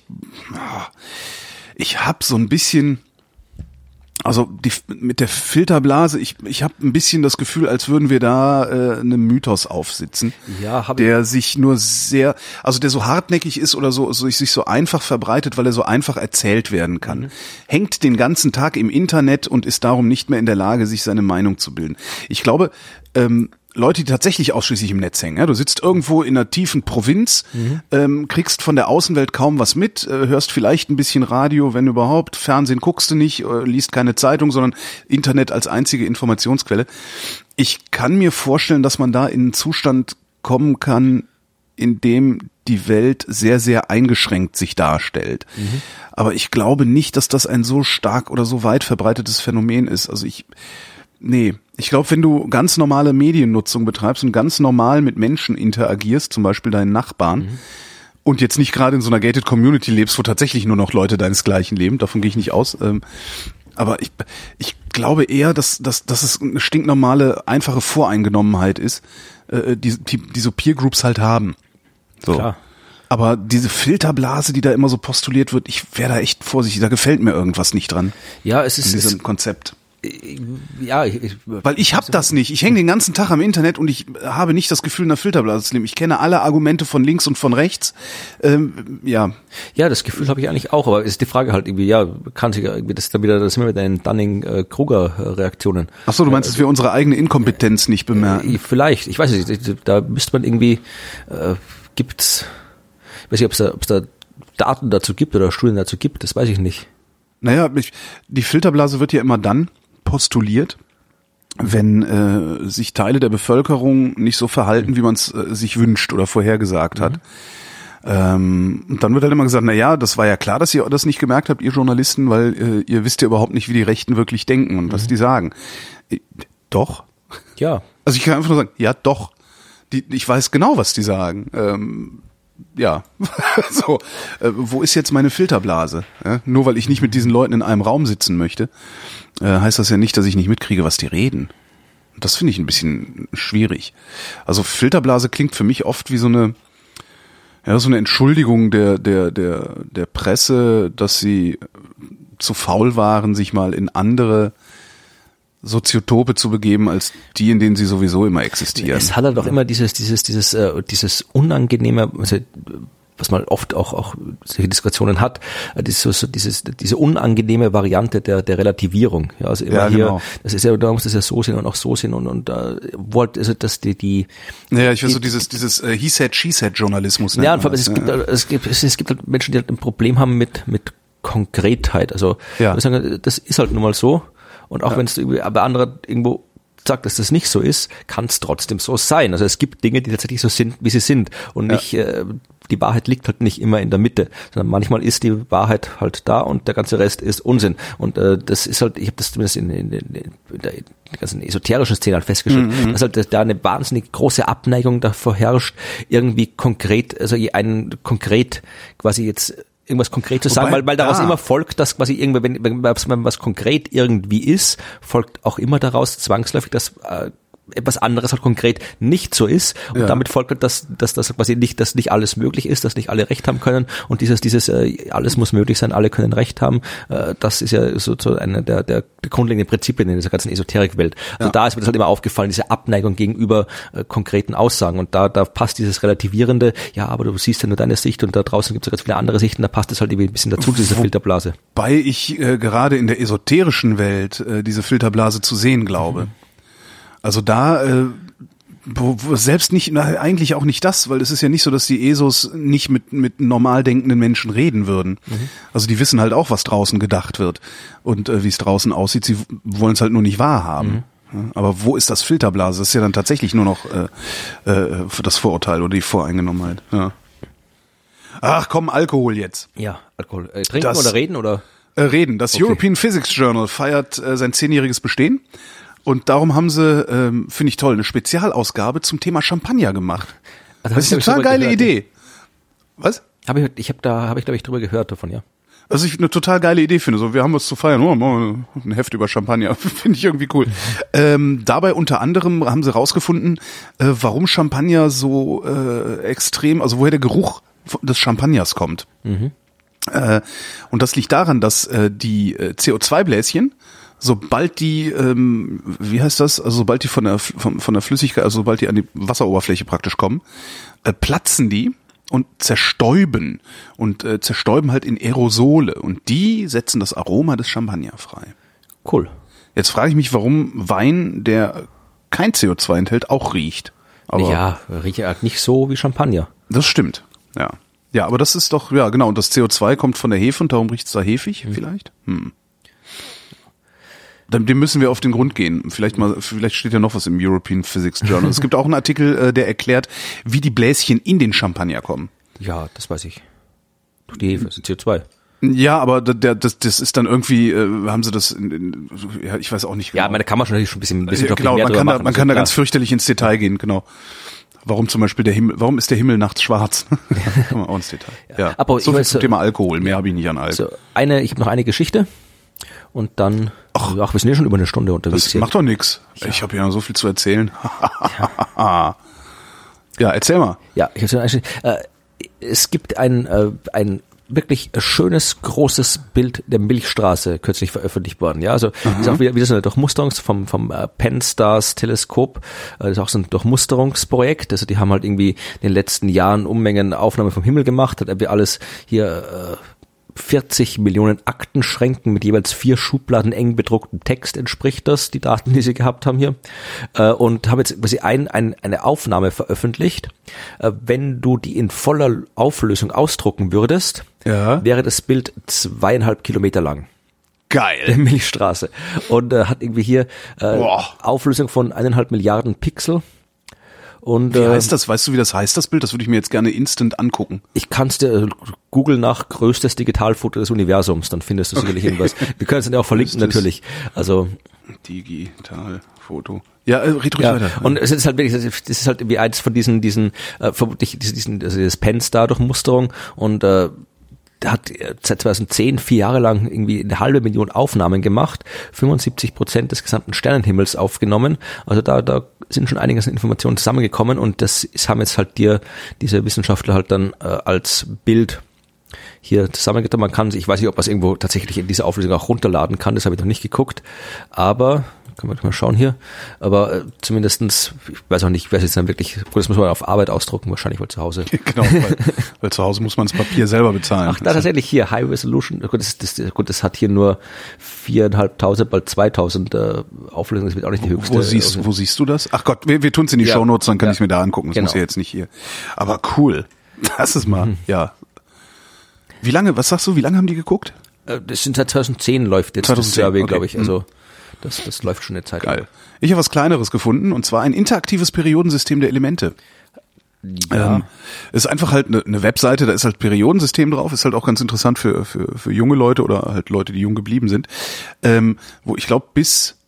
habe so ein bisschen... Also mit der Filterblase, ich habe ein bisschen das Gefühl, als würden wir da einem Mythos aufsitzen, der sich nur sehr, also der so hartnäckig ist oder sich so einfach verbreitet, weil er so einfach erzählt werden kann. Hängt den ganzen Tag im Internet und ist darum nicht mehr in der Lage, sich seine Meinung zu bilden. Ich glaube, Leute, die tatsächlich ausschließlich im Netz hängen. Ja? Du sitzt irgendwo in einer tiefen Provinz, kriegst von der Außenwelt kaum was mit, hörst vielleicht ein bisschen Radio, wenn überhaupt, Fernsehen guckst du nicht, liest keine Zeitung, sondern Internet als einzige Informationsquelle. Ich kann mir vorstellen, dass man da in einen Zustand kommen kann, in dem die Welt sehr, sehr eingeschränkt sich darstellt. Aber ich glaube nicht, dass das ein so stark oder so weit verbreitetes Phänomen ist. Also ich glaube, wenn du ganz normale Mediennutzung betreibst und ganz normal mit Menschen interagierst, zum Beispiel deinen Nachbarn, und jetzt nicht gerade in so einer gated Community lebst, wo tatsächlich nur noch Leute deinesgleichen leben, davon gehe ich nicht aus, aber ich glaube eher, dass es eine stinknormale, einfache Voreingenommenheit ist, die so Peergroups halt haben. So. Klar. Aber diese Filterblase, die da immer so postuliert wird, ich wäre da echt vorsichtig, da gefällt mir irgendwas nicht dran. Ja, es ist... In diesem Konzept. Ja, weil ich habe das nicht. Ich hänge den ganzen Tag am Internet und ich habe nicht das Gefühl, in einer Filterblase zu leben. Ich kenne alle Argumente von links und von rechts. Ja, das Gefühl habe ich eigentlich auch. Aber ist die Frage halt irgendwie, kann sich irgendwie das sind wir mit den Dunning-Kruger-Reaktionen. Ach so, du meinst, dass wir unsere eigene Inkompetenz nicht bemerken? Vielleicht. Ich weiß nicht. Da müsste man irgendwie ich weiß nicht, ob es da Daten dazu gibt oder Studien dazu gibt. Das weiß ich nicht. Naja, die Filterblase wird ja immer dann postuliert, wenn sich Teile der Bevölkerung nicht so verhalten, wie man es sich wünscht oder vorhergesagt hat. Und dann wird halt immer gesagt, das war ja klar, dass ihr das nicht gemerkt habt, ihr Journalisten, weil ihr wisst ja überhaupt nicht, wie die Rechten wirklich denken und was die sagen. Doch. Ja. Also ich kann einfach nur sagen, ja doch. Ich weiß genau, was die sagen. So, wo ist jetzt meine Filterblase? Ja, nur weil ich nicht mit diesen Leuten in einem Raum sitzen möchte, heißt das ja nicht, dass ich nicht mitkriege, was die reden. Und das finde ich ein bisschen schwierig. Also Filterblase klingt für mich oft wie so eine Entschuldigung der Presse, dass sie zu faul waren, sich mal in andere Soziotope zu begeben als die, in denen sie sowieso immer existieren. Es hat halt auch immer dieses unangenehme, also, was man oft auch solche Diskussionen hat, diese unangenehme Variante der Relativierung. Ja, also immer genau. Das ist ja, da muss das ja so sehen und auch so sehen und wollte also dass die ich weiß so dieses he said she said Journalismus. Ja, und es gibt halt Menschen, die halt ein Problem haben mit Konkretheit. Also wir sagen, das ist halt nun mal so. Und auch wenn es aber andere irgendwo sagt, dass das nicht so ist, kann es trotzdem so sein. Also es gibt Dinge, die tatsächlich so sind, wie sie sind. Und nicht, die Wahrheit liegt halt nicht immer in der Mitte, sondern manchmal ist die Wahrheit halt da und der ganze Rest ist Unsinn. Und das ist halt, ich habe das zumindest in der ganzen esoterischen Szene halt festgestellt, dass halt da eine wahnsinnig große Abneigung davor herrscht, irgendwie konkret, also einen konkret quasi jetzt irgendwas konkret zu sagen, weil daraus immer folgt, dass quasi irgendwie, wenn was konkret irgendwie ist, folgt auch immer daraus zwangsläufig, dass etwas anderes halt konkret nicht so ist und damit folgt halt, dass das quasi nicht, dass nicht alles möglich ist, dass nicht alle Recht haben können und dieses alles muss möglich sein, alle können Recht haben, das ist ja so einer der grundlegenden Prinzipien in dieser ganzen Esoterikwelt. Also da ist mir das halt immer aufgefallen, diese Abneigung gegenüber konkreten Aussagen und da passt dieses Relativierende, aber du siehst ja nur deine Sicht und da draußen gibt es ganz viele andere Sichten, da passt es halt irgendwie ein bisschen dazu, diese Filterblase. Wobei ich gerade in der esoterischen Welt diese Filterblase zu sehen glaube. Also da, wo selbst nicht, eigentlich auch nicht das, weil es ist ja nicht so, dass die ESOs nicht mit normal denkenden Menschen reden würden. Also die wissen halt auch, was draußen gedacht wird und wie es draußen aussieht. Sie wollen es halt nur nicht wahrhaben. Aber wo ist das Filterblase? Das ist ja dann tatsächlich nur noch das Vorurteil oder die Voreingenommenheit. Ja. Ach komm, Alkohol jetzt. Ja, Alkohol. Trinken oder reden oder? Reden. Das European Physics Journal feiert sein 10-jähriges Bestehen. Und darum haben sie, finde ich toll, eine Spezialausgabe zum Thema Champagner gemacht. Also das ist eine total geile Idee. Was? Habe ich, glaube ich, drüber gehört davon, ja. Was ich eine total geile Idee finde. So, wir haben was zu feiern. Machen wir ein Heft über Champagner. Finde ich irgendwie cool. Dabei unter anderem haben sie rausgefunden, warum Champagner so extrem, also woher der Geruch des Champagners kommt. Mhm. Und das liegt daran, dass die CO2-Bläschen, sobald die, wie heißt das, also sobald die von der Flüssigkeit, also sobald die an die Wasseroberfläche praktisch kommen, platzen die und zerstäuben und zerstäuben halt in Aerosole und die setzen das Aroma des Champagner frei. Cool. Jetzt frage ich mich, warum Wein, der kein CO2 enthält, auch riecht. Aber ja, riecht ja nicht so wie Champagner. Das stimmt, ja. Ja, aber das ist doch, ja genau, und das CO2 kommt von der Hefe und darum riecht es da hefig vielleicht? Dem müssen wir auf den Grund gehen. Vielleicht steht ja noch was im European Physics Journal. Es gibt auch einen Artikel, der erklärt, wie die Bläschen in den Champagner kommen. Ja, das weiß ich. Durch die Hefe, das ist CO2. Ja, aber das ist dann irgendwie, haben sie das, ja, ich weiß auch nicht genau. Ja, da kann man schon ein bisschen genau, man kann da ganz fürchterlich ins Detail gehen, genau. Warum zum Beispiel warum ist der Himmel nachts schwarz? Kann man auch ins Detail. Ja. Aber so viel zum Thema Alkohol, mehr habe ich nicht an Alkohol. Ich habe noch eine Geschichte. Und dann, wir sind ja schon über eine Stunde unterwegs. Das macht doch nichts. Ja. Ich habe ja so viel zu erzählen. Ja, erzähl mal. Ja, es gibt ein wirklich schönes, großes Bild der Milchstraße kürzlich veröffentlicht worden. Ja, also ist auch wieder so eine Durchmusterung vom Penn-Stars Teleskop. Das ist auch so ein Durchmusterungsprojekt. Also die haben halt irgendwie in den letzten Jahren Unmengen Aufnahmen vom Himmel gemacht. Hat irgendwie alles hier 40 Millionen Aktenschränken mit jeweils 4 Schubladen eng bedrucktem Text entspricht das, die Daten, die sie gehabt haben hier. Und habe jetzt quasi eine Aufnahme veröffentlicht. Wenn du die in voller Auflösung ausdrucken würdest, wäre das Bild 2,5 Kilometer lang. Geil. Der Milchstraße. Und hat irgendwie hier Auflösung von 1,5 Milliarden Pixel. Und, wie heißt das? Weißt du, wie das heißt, das Bild? Das würde ich mir jetzt gerne instant angucken. Ich kann es dir googeln nach größtes Digitalfoto des Universums, dann findest du sicherlich irgendwas. Wir können es dann ja auch verlinken, natürlich. Also Digitalfoto. Ja, red ruhig weiter. Und es ist halt wirklich, das ist halt wie eins von vermutlich das Penn-Star-Durchmusterung und der hat seit 2010 4 Jahre lang irgendwie 500.000 Aufnahmen gemacht, 75% des gesamten Sternenhimmels aufgenommen. Also da sind schon einiges an Informationen zusammengekommen und das haben jetzt halt diese Wissenschaftler halt dann als Bild hier zusammengetan. Man kann, ich weiß nicht, ob man es irgendwo tatsächlich in dieser Auflösung auch runterladen kann, das habe ich noch nicht geguckt, aber können wir mal schauen hier, aber zumindestens, ich weiß auch nicht, wer es jetzt dann wirklich, das muss man auf Arbeit ausdrucken, wahrscheinlich wohl zu Hause. Genau, weil zu Hause muss man das Papier selber bezahlen. Ach, da tatsächlich hier, High Resolution, das hat hier nur 4.500, bald 2.000 Auflösung, das wird auch nicht die höchste. Wo siehst du das? Ach Gott, wir tun es in die Shownotes, dann kann ich mir da angucken, das muss ja jetzt nicht hier. Aber cool, das ist mal, ja. Wie lange haben die geguckt? Das sind seit 2010 läuft jetzt das Survey, glaube ich, also das läuft schon eine Zeit lang. Geil. Ich habe was Kleineres gefunden, und zwar ein interaktives Periodensystem der Elemente. Ja. Ist einfach halt eine Webseite, da ist halt Periodensystem drauf, ist halt auch ganz interessant für junge Leute oder halt Leute, die jung geblieben sind, wo ich glaube bis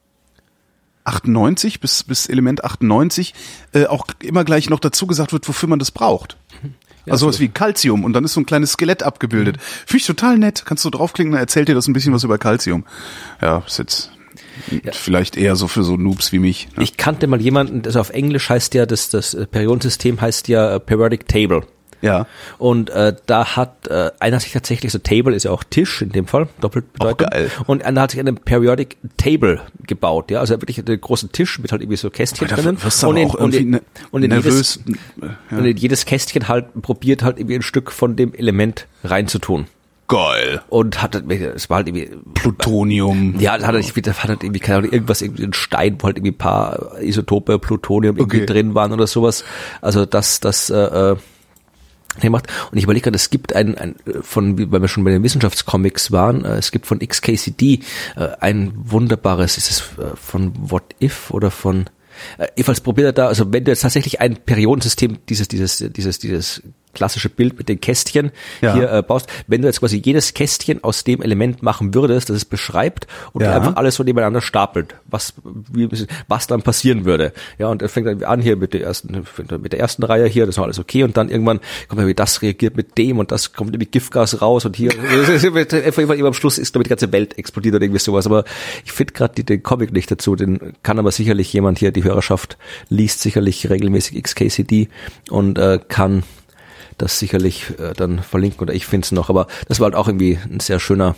98, bis Element 98 auch immer gleich noch dazu gesagt wird, wofür man das braucht. Ja, also sowas wie Calcium und dann ist so ein kleines Skelett abgebildet. Finde ich total nett. Kannst du draufklicken, dann erzählt dir das ein bisschen was über Calcium. Ja, ist jetzt vielleicht eher so für so Noobs wie mich. Ne? Ich kannte mal jemanden, das auf Englisch heißt ja, das Periodensystem heißt ja Periodic Table. Ja. Und da hat einer sich tatsächlich, so Table ist ja auch Tisch in dem Fall, doppelt bedeutet. Auch geil. Und einer hat sich einen Periodic Table gebaut, ja, also wirklich einen großen Tisch mit halt irgendwie so Kästchen drinnen. Und in jedes Kästchen halt probiert halt irgendwie ein Stück von dem Element reinzutun. Geil. Und es war halt irgendwie Plutonium. Ja, hat irgendwie keine Ahnung, irgendwas, irgendwie ein Stein, wo halt irgendwie ein paar Isotope Plutonium irgendwie drin waren oder sowas. Also das gemacht. Und ich überlege gerade, es gibt weil wir schon bei den Wissenschaftscomics waren, es gibt von XKCD ein wunderbares, ist es von What If oder von jedenfalls probiert er da, also wenn du jetzt tatsächlich ein Periodensystem, dieses klassische Bild mit den Kästchen hier baust, wenn du jetzt quasi jedes Kästchen aus dem Element machen würdest, das es beschreibt und einfach alles so nebeneinander stapelt, was dann passieren würde. Ja, und er fängt dann an hier mit der ersten Reihe hier, das war alles okay, und dann irgendwann kommt wie das reagiert mit dem und das kommt irgendwie Giftgas raus und hier immer am Schluss ist, glaube ich, die ganze Welt explodiert oder irgendwie sowas. Aber ich finde gerade den Comic nicht dazu, den kann aber sicherlich jemand hier, die Hörerschaft liest sicherlich regelmäßig XKCD und kann das sicherlich dann verlinken, oder ich finde es noch, aber das war halt auch irgendwie ein sehr schöner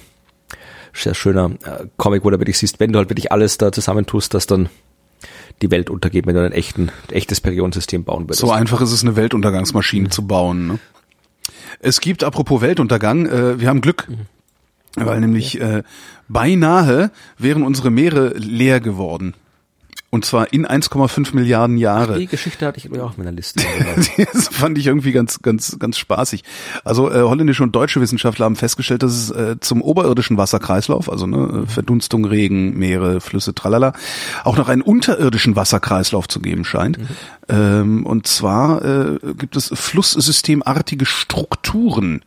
Comic, wo du wirklich siehst, wenn du halt wirklich alles da zusammentust, dass dann die Welt untergeht, wenn du ein echtes Periodensystem bauen würdest. So einfach ist es, eine Weltuntergangsmaschine zu bauen. Ne? Es gibt, apropos Weltuntergang, wir haben Glück, weil nämlich beinahe wären unsere Meere leer geworden. Und zwar in 1,5 Milliarden Jahre. Die Geschichte hatte ich auch auf meiner Liste. Das fand ich irgendwie ganz spaßig. Also holländische und deutsche Wissenschaftler haben festgestellt, dass es zum oberirdischen Wasserkreislauf, also Verdunstung, Regen, Meere, Flüsse, tralala, auch noch einen unterirdischen Wasserkreislauf zu geben scheint. Und zwar gibt es flusssystemartige Strukturen,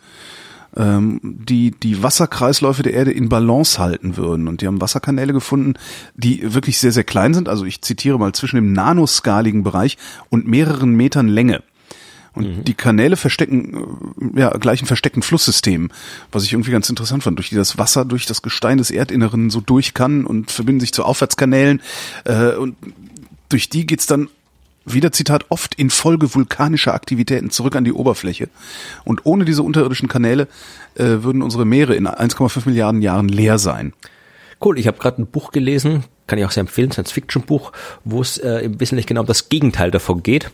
die Wasserkreisläufe der Erde in Balance halten würden. Und die haben Wasserkanäle gefunden, die wirklich sehr, sehr klein sind. Also ich zitiere mal, zwischen dem nanoskaligen Bereich und mehreren Metern Länge. Und die Kanäle gleich ein versteckten Flusssystem, was ich irgendwie ganz interessant fand, durch die das Wasser durch das Gestein des Erdinneren so durch kann und verbinden sich zu Aufwärtskanälen. Und durch die geht's dann, wieder Zitat, oft infolge vulkanischer Aktivitäten zurück an die Oberfläche. Und ohne diese unterirdischen Kanäle würden unsere Meere in 1,5 Milliarden Jahren leer sein. Cool, ich habe gerade ein Buch gelesen, kann ich auch sehr empfehlen, Science-Fiction-Buch, wo es im Wesentlichen genau um das Gegenteil davon geht.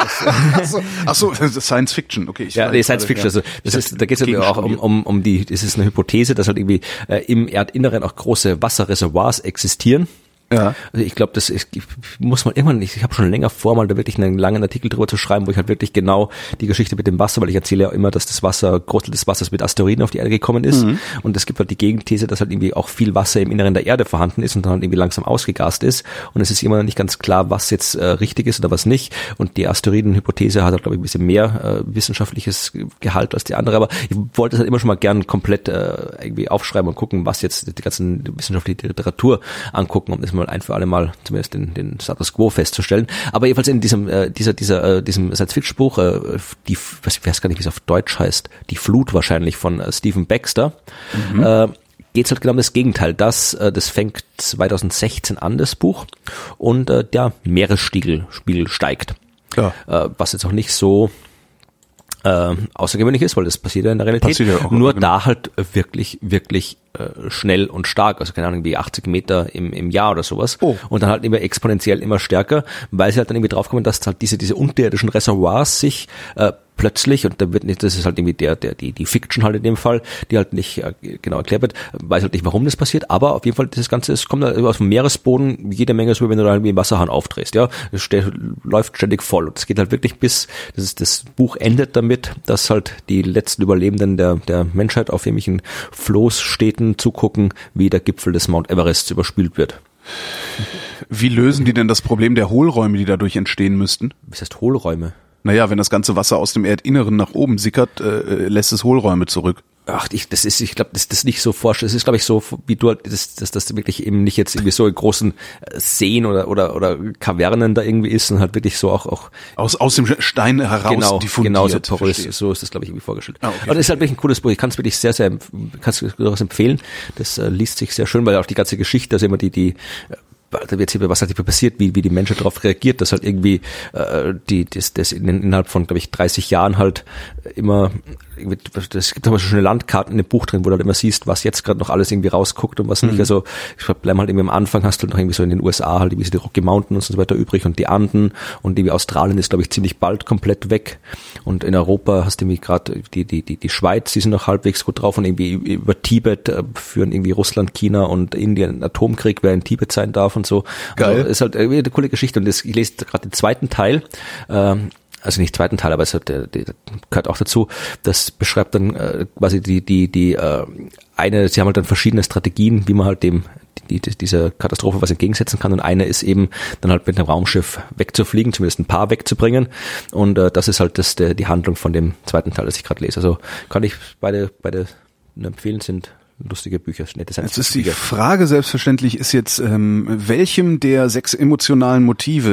Ach so, Science-Fiction, okay. Science-Fiction, also da geht es ja auch um das ist eine Hypothese, dass halt irgendwie im Erdinneren auch große Wasserreservoirs existieren. Ja. Also ich glaube, muss man irgendwann, ich habe schon länger vor, mal da wirklich einen langen Artikel drüber zu schreiben, wo ich halt wirklich genau die Geschichte mit dem Wasser, weil ich erzähle ja immer, dass Großteil des Wassers mit Asteroiden auf die Erde gekommen ist. Und es gibt halt die Gegenthese, dass halt irgendwie auch viel Wasser im Inneren der Erde vorhanden ist und dann halt irgendwie langsam ausgegast ist. Und es ist immer noch nicht ganz klar, was jetzt richtig ist oder was nicht. Und die Asteroiden-Hypothese hat halt, glaube ich, ein bisschen mehr wissenschaftliches Gehalt als die andere. Aber ich wollte es halt immer schon mal gern komplett irgendwie aufschreiben und gucken, was jetzt die ganzen wissenschaftliche Literatur angucken, um das mal ein für alle Mal zumindest den Status Quo festzustellen. Aber jedenfalls in diesem Science-Fiction-Buch, ich weiß gar nicht, wie es auf Deutsch heißt, Die Flut wahrscheinlich von Stephen Baxter, geht es halt genau um das Gegenteil. Das fängt 2016 an, das Buch, und der Meeresspiegel steigt. Ja. Was jetzt auch nicht so außergewöhnlich ist, weil das passiert ja in der Realität. Ja auch, nur da halt wirklich schnell und stark, also keine Ahnung, wie 80 Meter im Jahr oder sowas. Oh. Und dann halt immer exponentiell immer stärker, weil sie halt dann irgendwie draufkommen, dass halt diese unterirdischen Reservoirs sich plötzlich, und da wird nicht, das ist halt irgendwie die Fiction halt in dem Fall, die halt nicht genau erklärt wird, weiß halt nicht, warum das passiert, aber auf jeden Fall das Ganze, es kommt aus dem Meeresboden jede Menge, so wie wenn du da irgendwie einen Wasserhahn aufdrehst, ja, es läuft ständig voll, und es geht halt wirklich das Buch endet damit, dass halt die letzten Überlebenden der Menschheit auf irgendwelchen Floßstädten zugucken, wie der Gipfel des Mount Everest überspült wird. Wie lösen die denn das Problem der Hohlräume, die dadurch entstehen müssten? Was heißt Hohlräume? Naja, wenn das ganze Wasser aus dem Erdinneren nach oben sickert, lässt es Hohlräume zurück. Ach, ich glaube, das nicht so vorstellen. Es ist, glaube ich, so, wie du halt, das wirklich eben nicht jetzt irgendwie so in großen Seen oder Kavernen da irgendwie ist, sondern halt wirklich so auch aus dem Stein heraus diffundiert. Genau, so porös, so ist das, glaube ich, irgendwie vorgestellt. Okay. Aber das ist halt wirklich ein cooles Buch. Ich kann es wirklich kannst du durchaus empfehlen. Das liest sich sehr schön, weil auch die ganze Geschichte, also immer da wird hier was halt passiert, wie die Menschheit darauf reagiert, dass halt irgendwie das innerhalb von, glaube ich, 30 Jahren halt immer, es gibt aber schon schöne Landkarten in dem Buch drin, wo du halt immer siehst, was jetzt gerade noch alles irgendwie rausguckt und was nicht. Also ich bleib halt irgendwie am Anfang, hast du halt noch irgendwie so in den USA halt irgendwie die Rocky Mountains und so weiter übrig und die Anden, und irgendwie Australien ist, glaube ich, ziemlich bald komplett weg, und in Europa hast du irgendwie gerade die Schweiz, die sind noch halbwegs gut drauf, und irgendwie über Tibet führen irgendwie Russland, China und Indien Atomkrieg, wer in Tibet sein darf und so. Geil. Also ist halt irgendwie eine coole Geschichte, und ich lese gerade den zweiten Teil, also nicht zweiten Teil, aber es hat, der gehört auch dazu, das beschreibt dann quasi sie haben halt dann verschiedene Strategien, wie man halt dieser Katastrophe was entgegensetzen kann, und eine ist eben dann halt mit einem Raumschiff wegzufliegen, zumindest ein paar wegzubringen, und das ist halt die Handlung von dem zweiten Teil, das ich gerade lese. Also kann ich beide empfehlen, sind lustige Bücher, nette Jetzt ist die Frage selbstverständlich, ist jetzt, welchem der 6 emotionalen Motive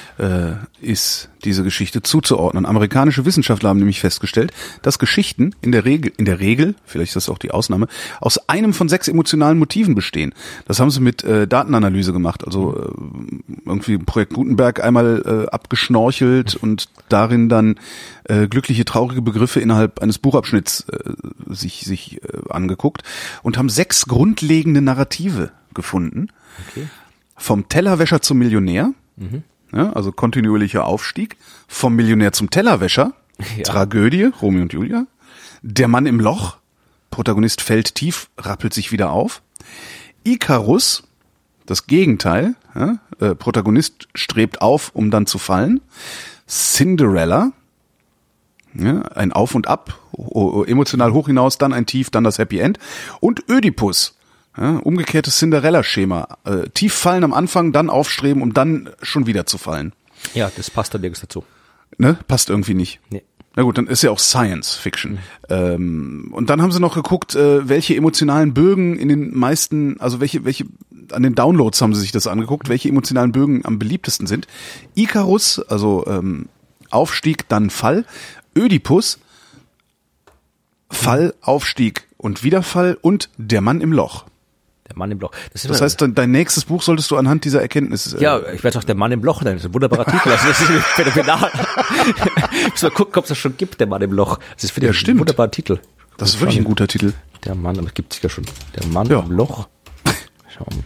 ist diese Geschichte zuzuordnen? Amerikanische Wissenschaftler haben nämlich festgestellt, dass Geschichten in der Regel, vielleicht ist das auch die Ausnahme, aus einem von 6 emotionalen Motiven bestehen. Das haben sie mit Datenanalyse gemacht, also irgendwie Projekt Gutenberg einmal abgeschnorchelt und darin dann glückliche, traurige Begriffe innerhalb eines Buchabschnitts sich angeguckt und haben 6 grundlegende Narrative gefunden. Okay. Vom Tellerwäscher zum Millionär, ja, also kontinuierlicher Aufstieg, vom Millionär zum Tellerwäscher, Tragödie, Romeo und Julia, der Mann im Loch, Protagonist fällt tief, rappelt sich wieder auf, Ikarus, das Gegenteil, ja, Protagonist strebt auf, um dann zu fallen, Cinderella, ja, ein Auf und Ab, emotional hoch hinaus, dann ein Tief, dann das Happy End, und Ödipus, ja, umgekehrtes Cinderella-Schema, tief fallen am Anfang, dann aufstreben, um dann schon wieder zu fallen. Ja, das passt dann nirgends dazu. Ne? Passt irgendwie nicht. Nee. Na gut, dann ist ja auch Science Fiction. Und dann haben sie noch geguckt, welche emotionalen Bögen in den meisten, also welche an den Downloads haben sie sich das angeguckt, welche emotionalen Bögen am beliebtesten sind. Ikarus, also Aufstieg, dann Fall. Ödipus, Fall, Aufstieg und Wiederfall, und der Mann im Loch. Der Mann im Loch. Das heißt, dein nächstes Buch solltest du anhand dieser Erkenntnis... Ja, ich werde auch der Mann im Loch nennen. Das ist ein wunderbarer Titel. Also das ist phänomenal. Muss mal gucken, ob es das schon gibt, der Mann im Loch. Das ist für dich ein wunderbarer Titel. Das ist wirklich ein guter Titel. Der Mann, aber es gibt es ja schon. Der Mann im Loch. Schauen.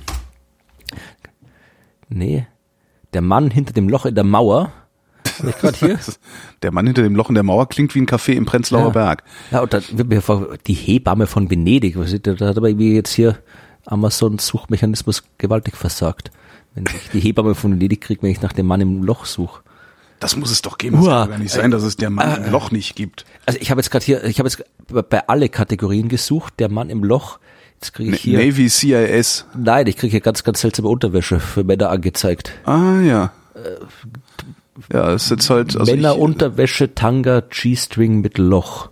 Nee. Der Mann hinter dem Loch in der Mauer. Ich gerade hier. Der Mann hinter dem Loch in der Mauer klingt wie ein Café im Prenzlauer Berg. Ja, und dann wird mir die Hebamme von Venedig. Da hat aber irgendwie jetzt hier Amazon-Suchmechanismus gewaltig versagt. Wenn ich die Hebamme von Venedig kriege, wenn ich nach dem Mann im Loch suche. Das muss es doch geben. Es kann gar nicht sein, dass es der Mann im Loch nicht gibt. Also ich habe jetzt bei alle Kategorien gesucht, der Mann im Loch. Jetzt kriege ich hier Navy, CIS. Nein, ich kriege hier ganz, ganz seltsame Unterwäsche für Männer angezeigt. Ah, ja. Ja, es ist jetzt halt... Also Männerunterwäsche, Tanga, G-String mit Loch.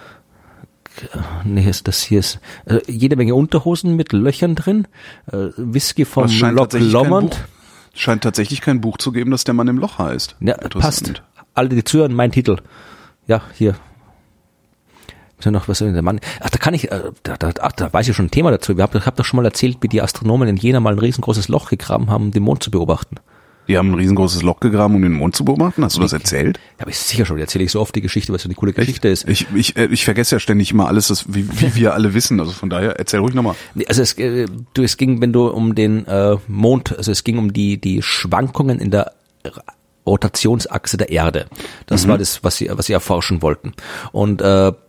Nee, das hier ist jede Menge Unterhosen mit Löchern drin. Whisky vom Loch Lomond. Scheint tatsächlich kein Buch zu geben, das der Mann im Loch heißt. Ja, passt. Alle, die zuhören, mein Titel. Ja, hier. Ist ja noch was in der Mann. Ach, da kann ich, da weiß ich schon ein Thema dazu. Ich hab doch schon mal erzählt, wie die Astronomen in Jena mal ein riesengroßes Loch gegraben haben, um den Mond zu beobachten. Die haben ein riesengroßes Loch gegraben, um den Mond zu beobachten? Hast du das erzählt? Ja, aber ich sicher schon. Erzähle ich so oft die Geschichte, weil es so eine coole Geschichte ist. Ich vergesse ja ständig mal alles, wie wir alle wissen. Also von daher, erzähl ruhig nochmal. Also es ging, wenn du um den Mond, also es ging um die Schwankungen in der Rotationsachse der Erde. Das war das, was sie erforschen wollten. Und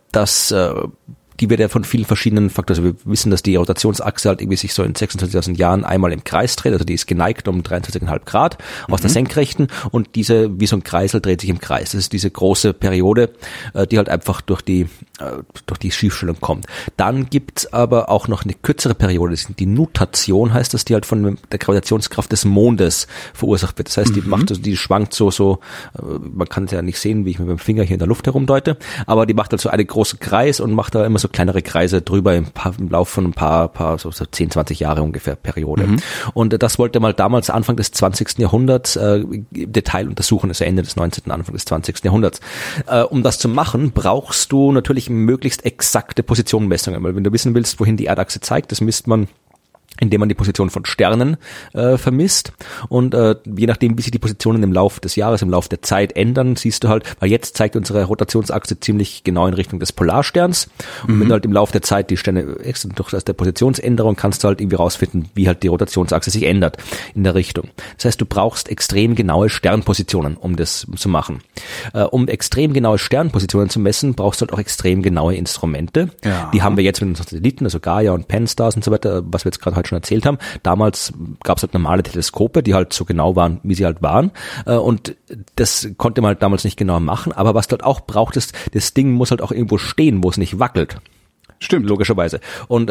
die wird ja von vielen verschiedenen Faktoren, also wir wissen, dass die Rotationsachse halt irgendwie sich so in 26.000 Jahren einmal im Kreis dreht, also die ist geneigt um 23,5 Grad aus der Senkrechten, und diese, wie so ein Kreisel, dreht sich im Kreis. Das ist diese große Periode, die halt einfach durch die Schiefstellung kommt. Dann gibt's aber auch noch eine kürzere Periode, das ist die Nutation, heißt das, die halt von der Gravitationskraft des Mondes verursacht wird. Das heißt, die schwankt so, man kann es ja nicht sehen, wie ich mit dem Finger hier in der Luft herumdeute, aber die macht halt so einen großen Kreis und macht da immer so kleinere Kreise drüber im Lauf von ein paar so 10, 20 Jahre ungefähr Periode. Und das wollte man damals Anfang des 20. Jahrhunderts im Detail untersuchen, also Ende des 19., Anfang des 20. Jahrhunderts. Um das zu machen, brauchst du natürlich möglichst exakte Positionenmessungen, weil wenn du wissen willst, wohin die Erdachse zeigt, das misst man, indem man die Position von Sternen vermisst, und je nachdem, wie sich die Positionen im Laufe des Jahres, im Laufe der Zeit ändern, siehst du halt, weil jetzt zeigt unsere Rotationsachse ziemlich genau in Richtung des Polarsterns, und wenn du halt im Laufe der Zeit die Sterne durch der Positionsänderung kannst du halt irgendwie rausfinden, wie halt die Rotationsachse sich ändert in der Richtung. Das heißt, du brauchst extrem genaue Sternpositionen, um das zu machen. Um extrem genaue Sternpositionen zu messen, brauchst du halt auch extrem genaue Instrumente. Ja. Die haben wir jetzt mit unseren Satelliten, also Gaia und Pan-STARRS und so weiter, was wir jetzt gerade heute schon schon erzählt haben. Damals gab es halt normale Teleskope, die halt so genau waren, wie sie halt waren. Und das konnte man halt damals nicht genau machen. Aber was du halt auch brauchtest, das Ding muss halt auch irgendwo stehen, wo es nicht wackelt. Stimmt. Logischerweise. Und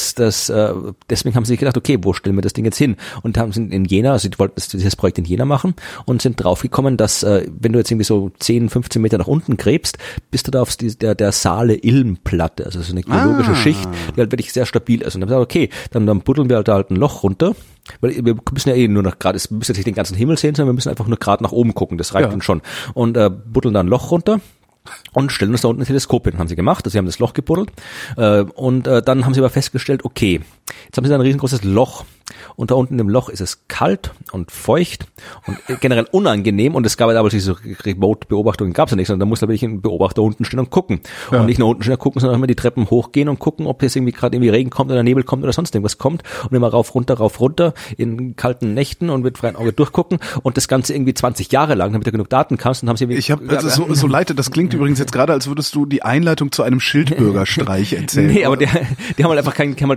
deswegen haben sie sich gedacht, okay, wo stellen wir das Ding jetzt hin? Und haben sind in Jena, also die wollten dieses Projekt in Jena machen und sind draufgekommen, dass wenn du jetzt irgendwie so 10, 15 Meter nach unten gräbst, bist du da auf der Saale-Ilm-Platte, also so eine geologische Schicht, die halt wirklich sehr stabil ist. Und dann haben wir gesagt, okay, dann buddeln wir halt da halt ein Loch runter, weil wir müssen ja nur noch gerade, wir müssen jetzt nicht den ganzen Himmel sehen, sondern wir müssen einfach nur gerade nach oben gucken, das reicht dann schon. Und buddeln da ein Loch runter. Und stellen uns da unten ein Teleskop hin. Haben sie gemacht, also sie haben das Loch gebuddelt. Und dann haben sie aber festgestellt, okay, jetzt haben sie da ein riesengroßes Loch. Und da unten im Loch ist es kalt und feucht und generell unangenehm. Und es gab ja damals diese Remote-Beobachtungen, gab es ja nicht, sondern da muss da wirklich ein Beobachter unten stehen und gucken. Ja. Und nicht nur unten stehen und gucken, sondern auch immer die Treppen hochgehen und gucken, ob jetzt irgendwie gerade irgendwie Regen kommt oder Nebel kommt oder sonst irgendwas kommt. Und immer rauf, runter in kalten Nächten und mit freiem Auge durchgucken. Und das Ganze irgendwie 20 Jahre lang, damit du genug Daten kannst. Und haben sie ich habe also so leid, das klingt übrigens jetzt gerade, als würdest du die Einleitung zu einem Schildbürgerstreich erzählen. Nee, aber die haben halt einfach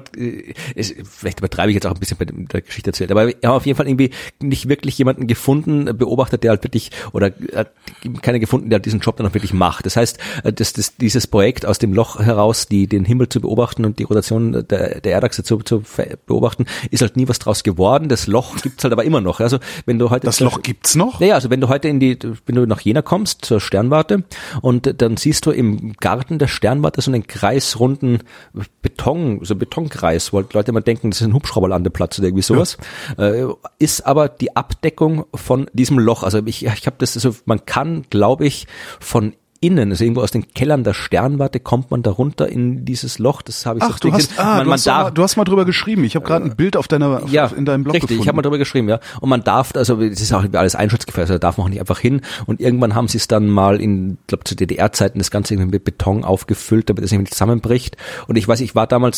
vielleicht übertreibe ich jetzt auch ein bisschen bei der Geschichte erzählt, aber wir haben auf jeden Fall irgendwie nicht wirklich jemanden gefunden, beobachtet, der halt wirklich, oder keiner gefunden, der halt diesen Job dann auch wirklich macht. Das heißt, dieses Projekt aus dem Loch heraus, den Himmel zu beobachten und die Rotation der Erdachse zu beobachten, ist halt nie was draus geworden. Das Loch gibt's halt aber immer noch. Also wenn du heute das Loch gibt's noch? Ja, also wenn du heute wenn du nach Jena kommst zur Sternwarte und dann siehst du im Garten der Sternwarte so einen kreisrunden Betonkreis, wo halt Leute immer denken, das ist ein Hubschrauberlandeplatz oder irgendwie sowas, ist aber die Abdeckung von diesem Loch. Also ich habe das, also man kann, glaube ich, von innen, also irgendwo aus den Kellern der Sternwarte kommt man da runter in dieses Loch. Das habe ich so du hast mal drüber geschrieben. Ich habe gerade ein Bild in deinem Blog gefunden. Ich habe mal drüber geschrieben, ja. Und man darf, also es ist auch alles einschutzgefährlich, also da darf man auch nicht einfach hin. Und irgendwann haben sie es dann mal glaube zu DDR-Zeiten das Ganze irgendwie mit Beton aufgefüllt, damit es irgendwie zusammenbricht. Und ich war damals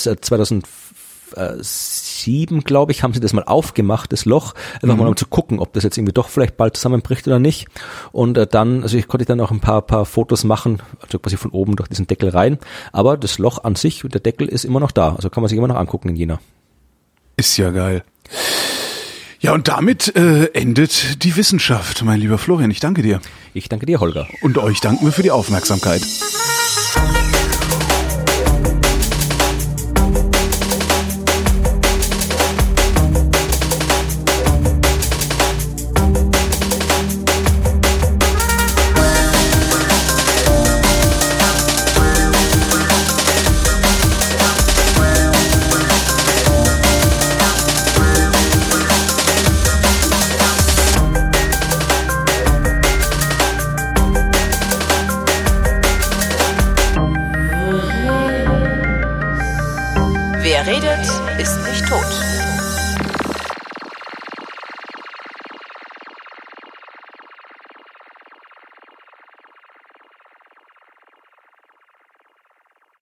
2007, glaube ich, haben sie das mal aufgemacht, das Loch, einfach mal um zu gucken, ob das jetzt irgendwie doch vielleicht bald zusammenbricht oder nicht. Und ich konnte dann auch ein paar Fotos machen, also quasi von oben durch diesen Deckel rein. Aber das Loch an sich, der Deckel ist immer noch da, also kann man sich immer noch angucken in Jena. Ist ja geil. Ja, und damit endet die Wissenschaft, mein lieber Florian. Ich danke dir. Ich danke dir, Holger. Und euch danken wir für die Aufmerksamkeit. Wer redet, ist nicht tot.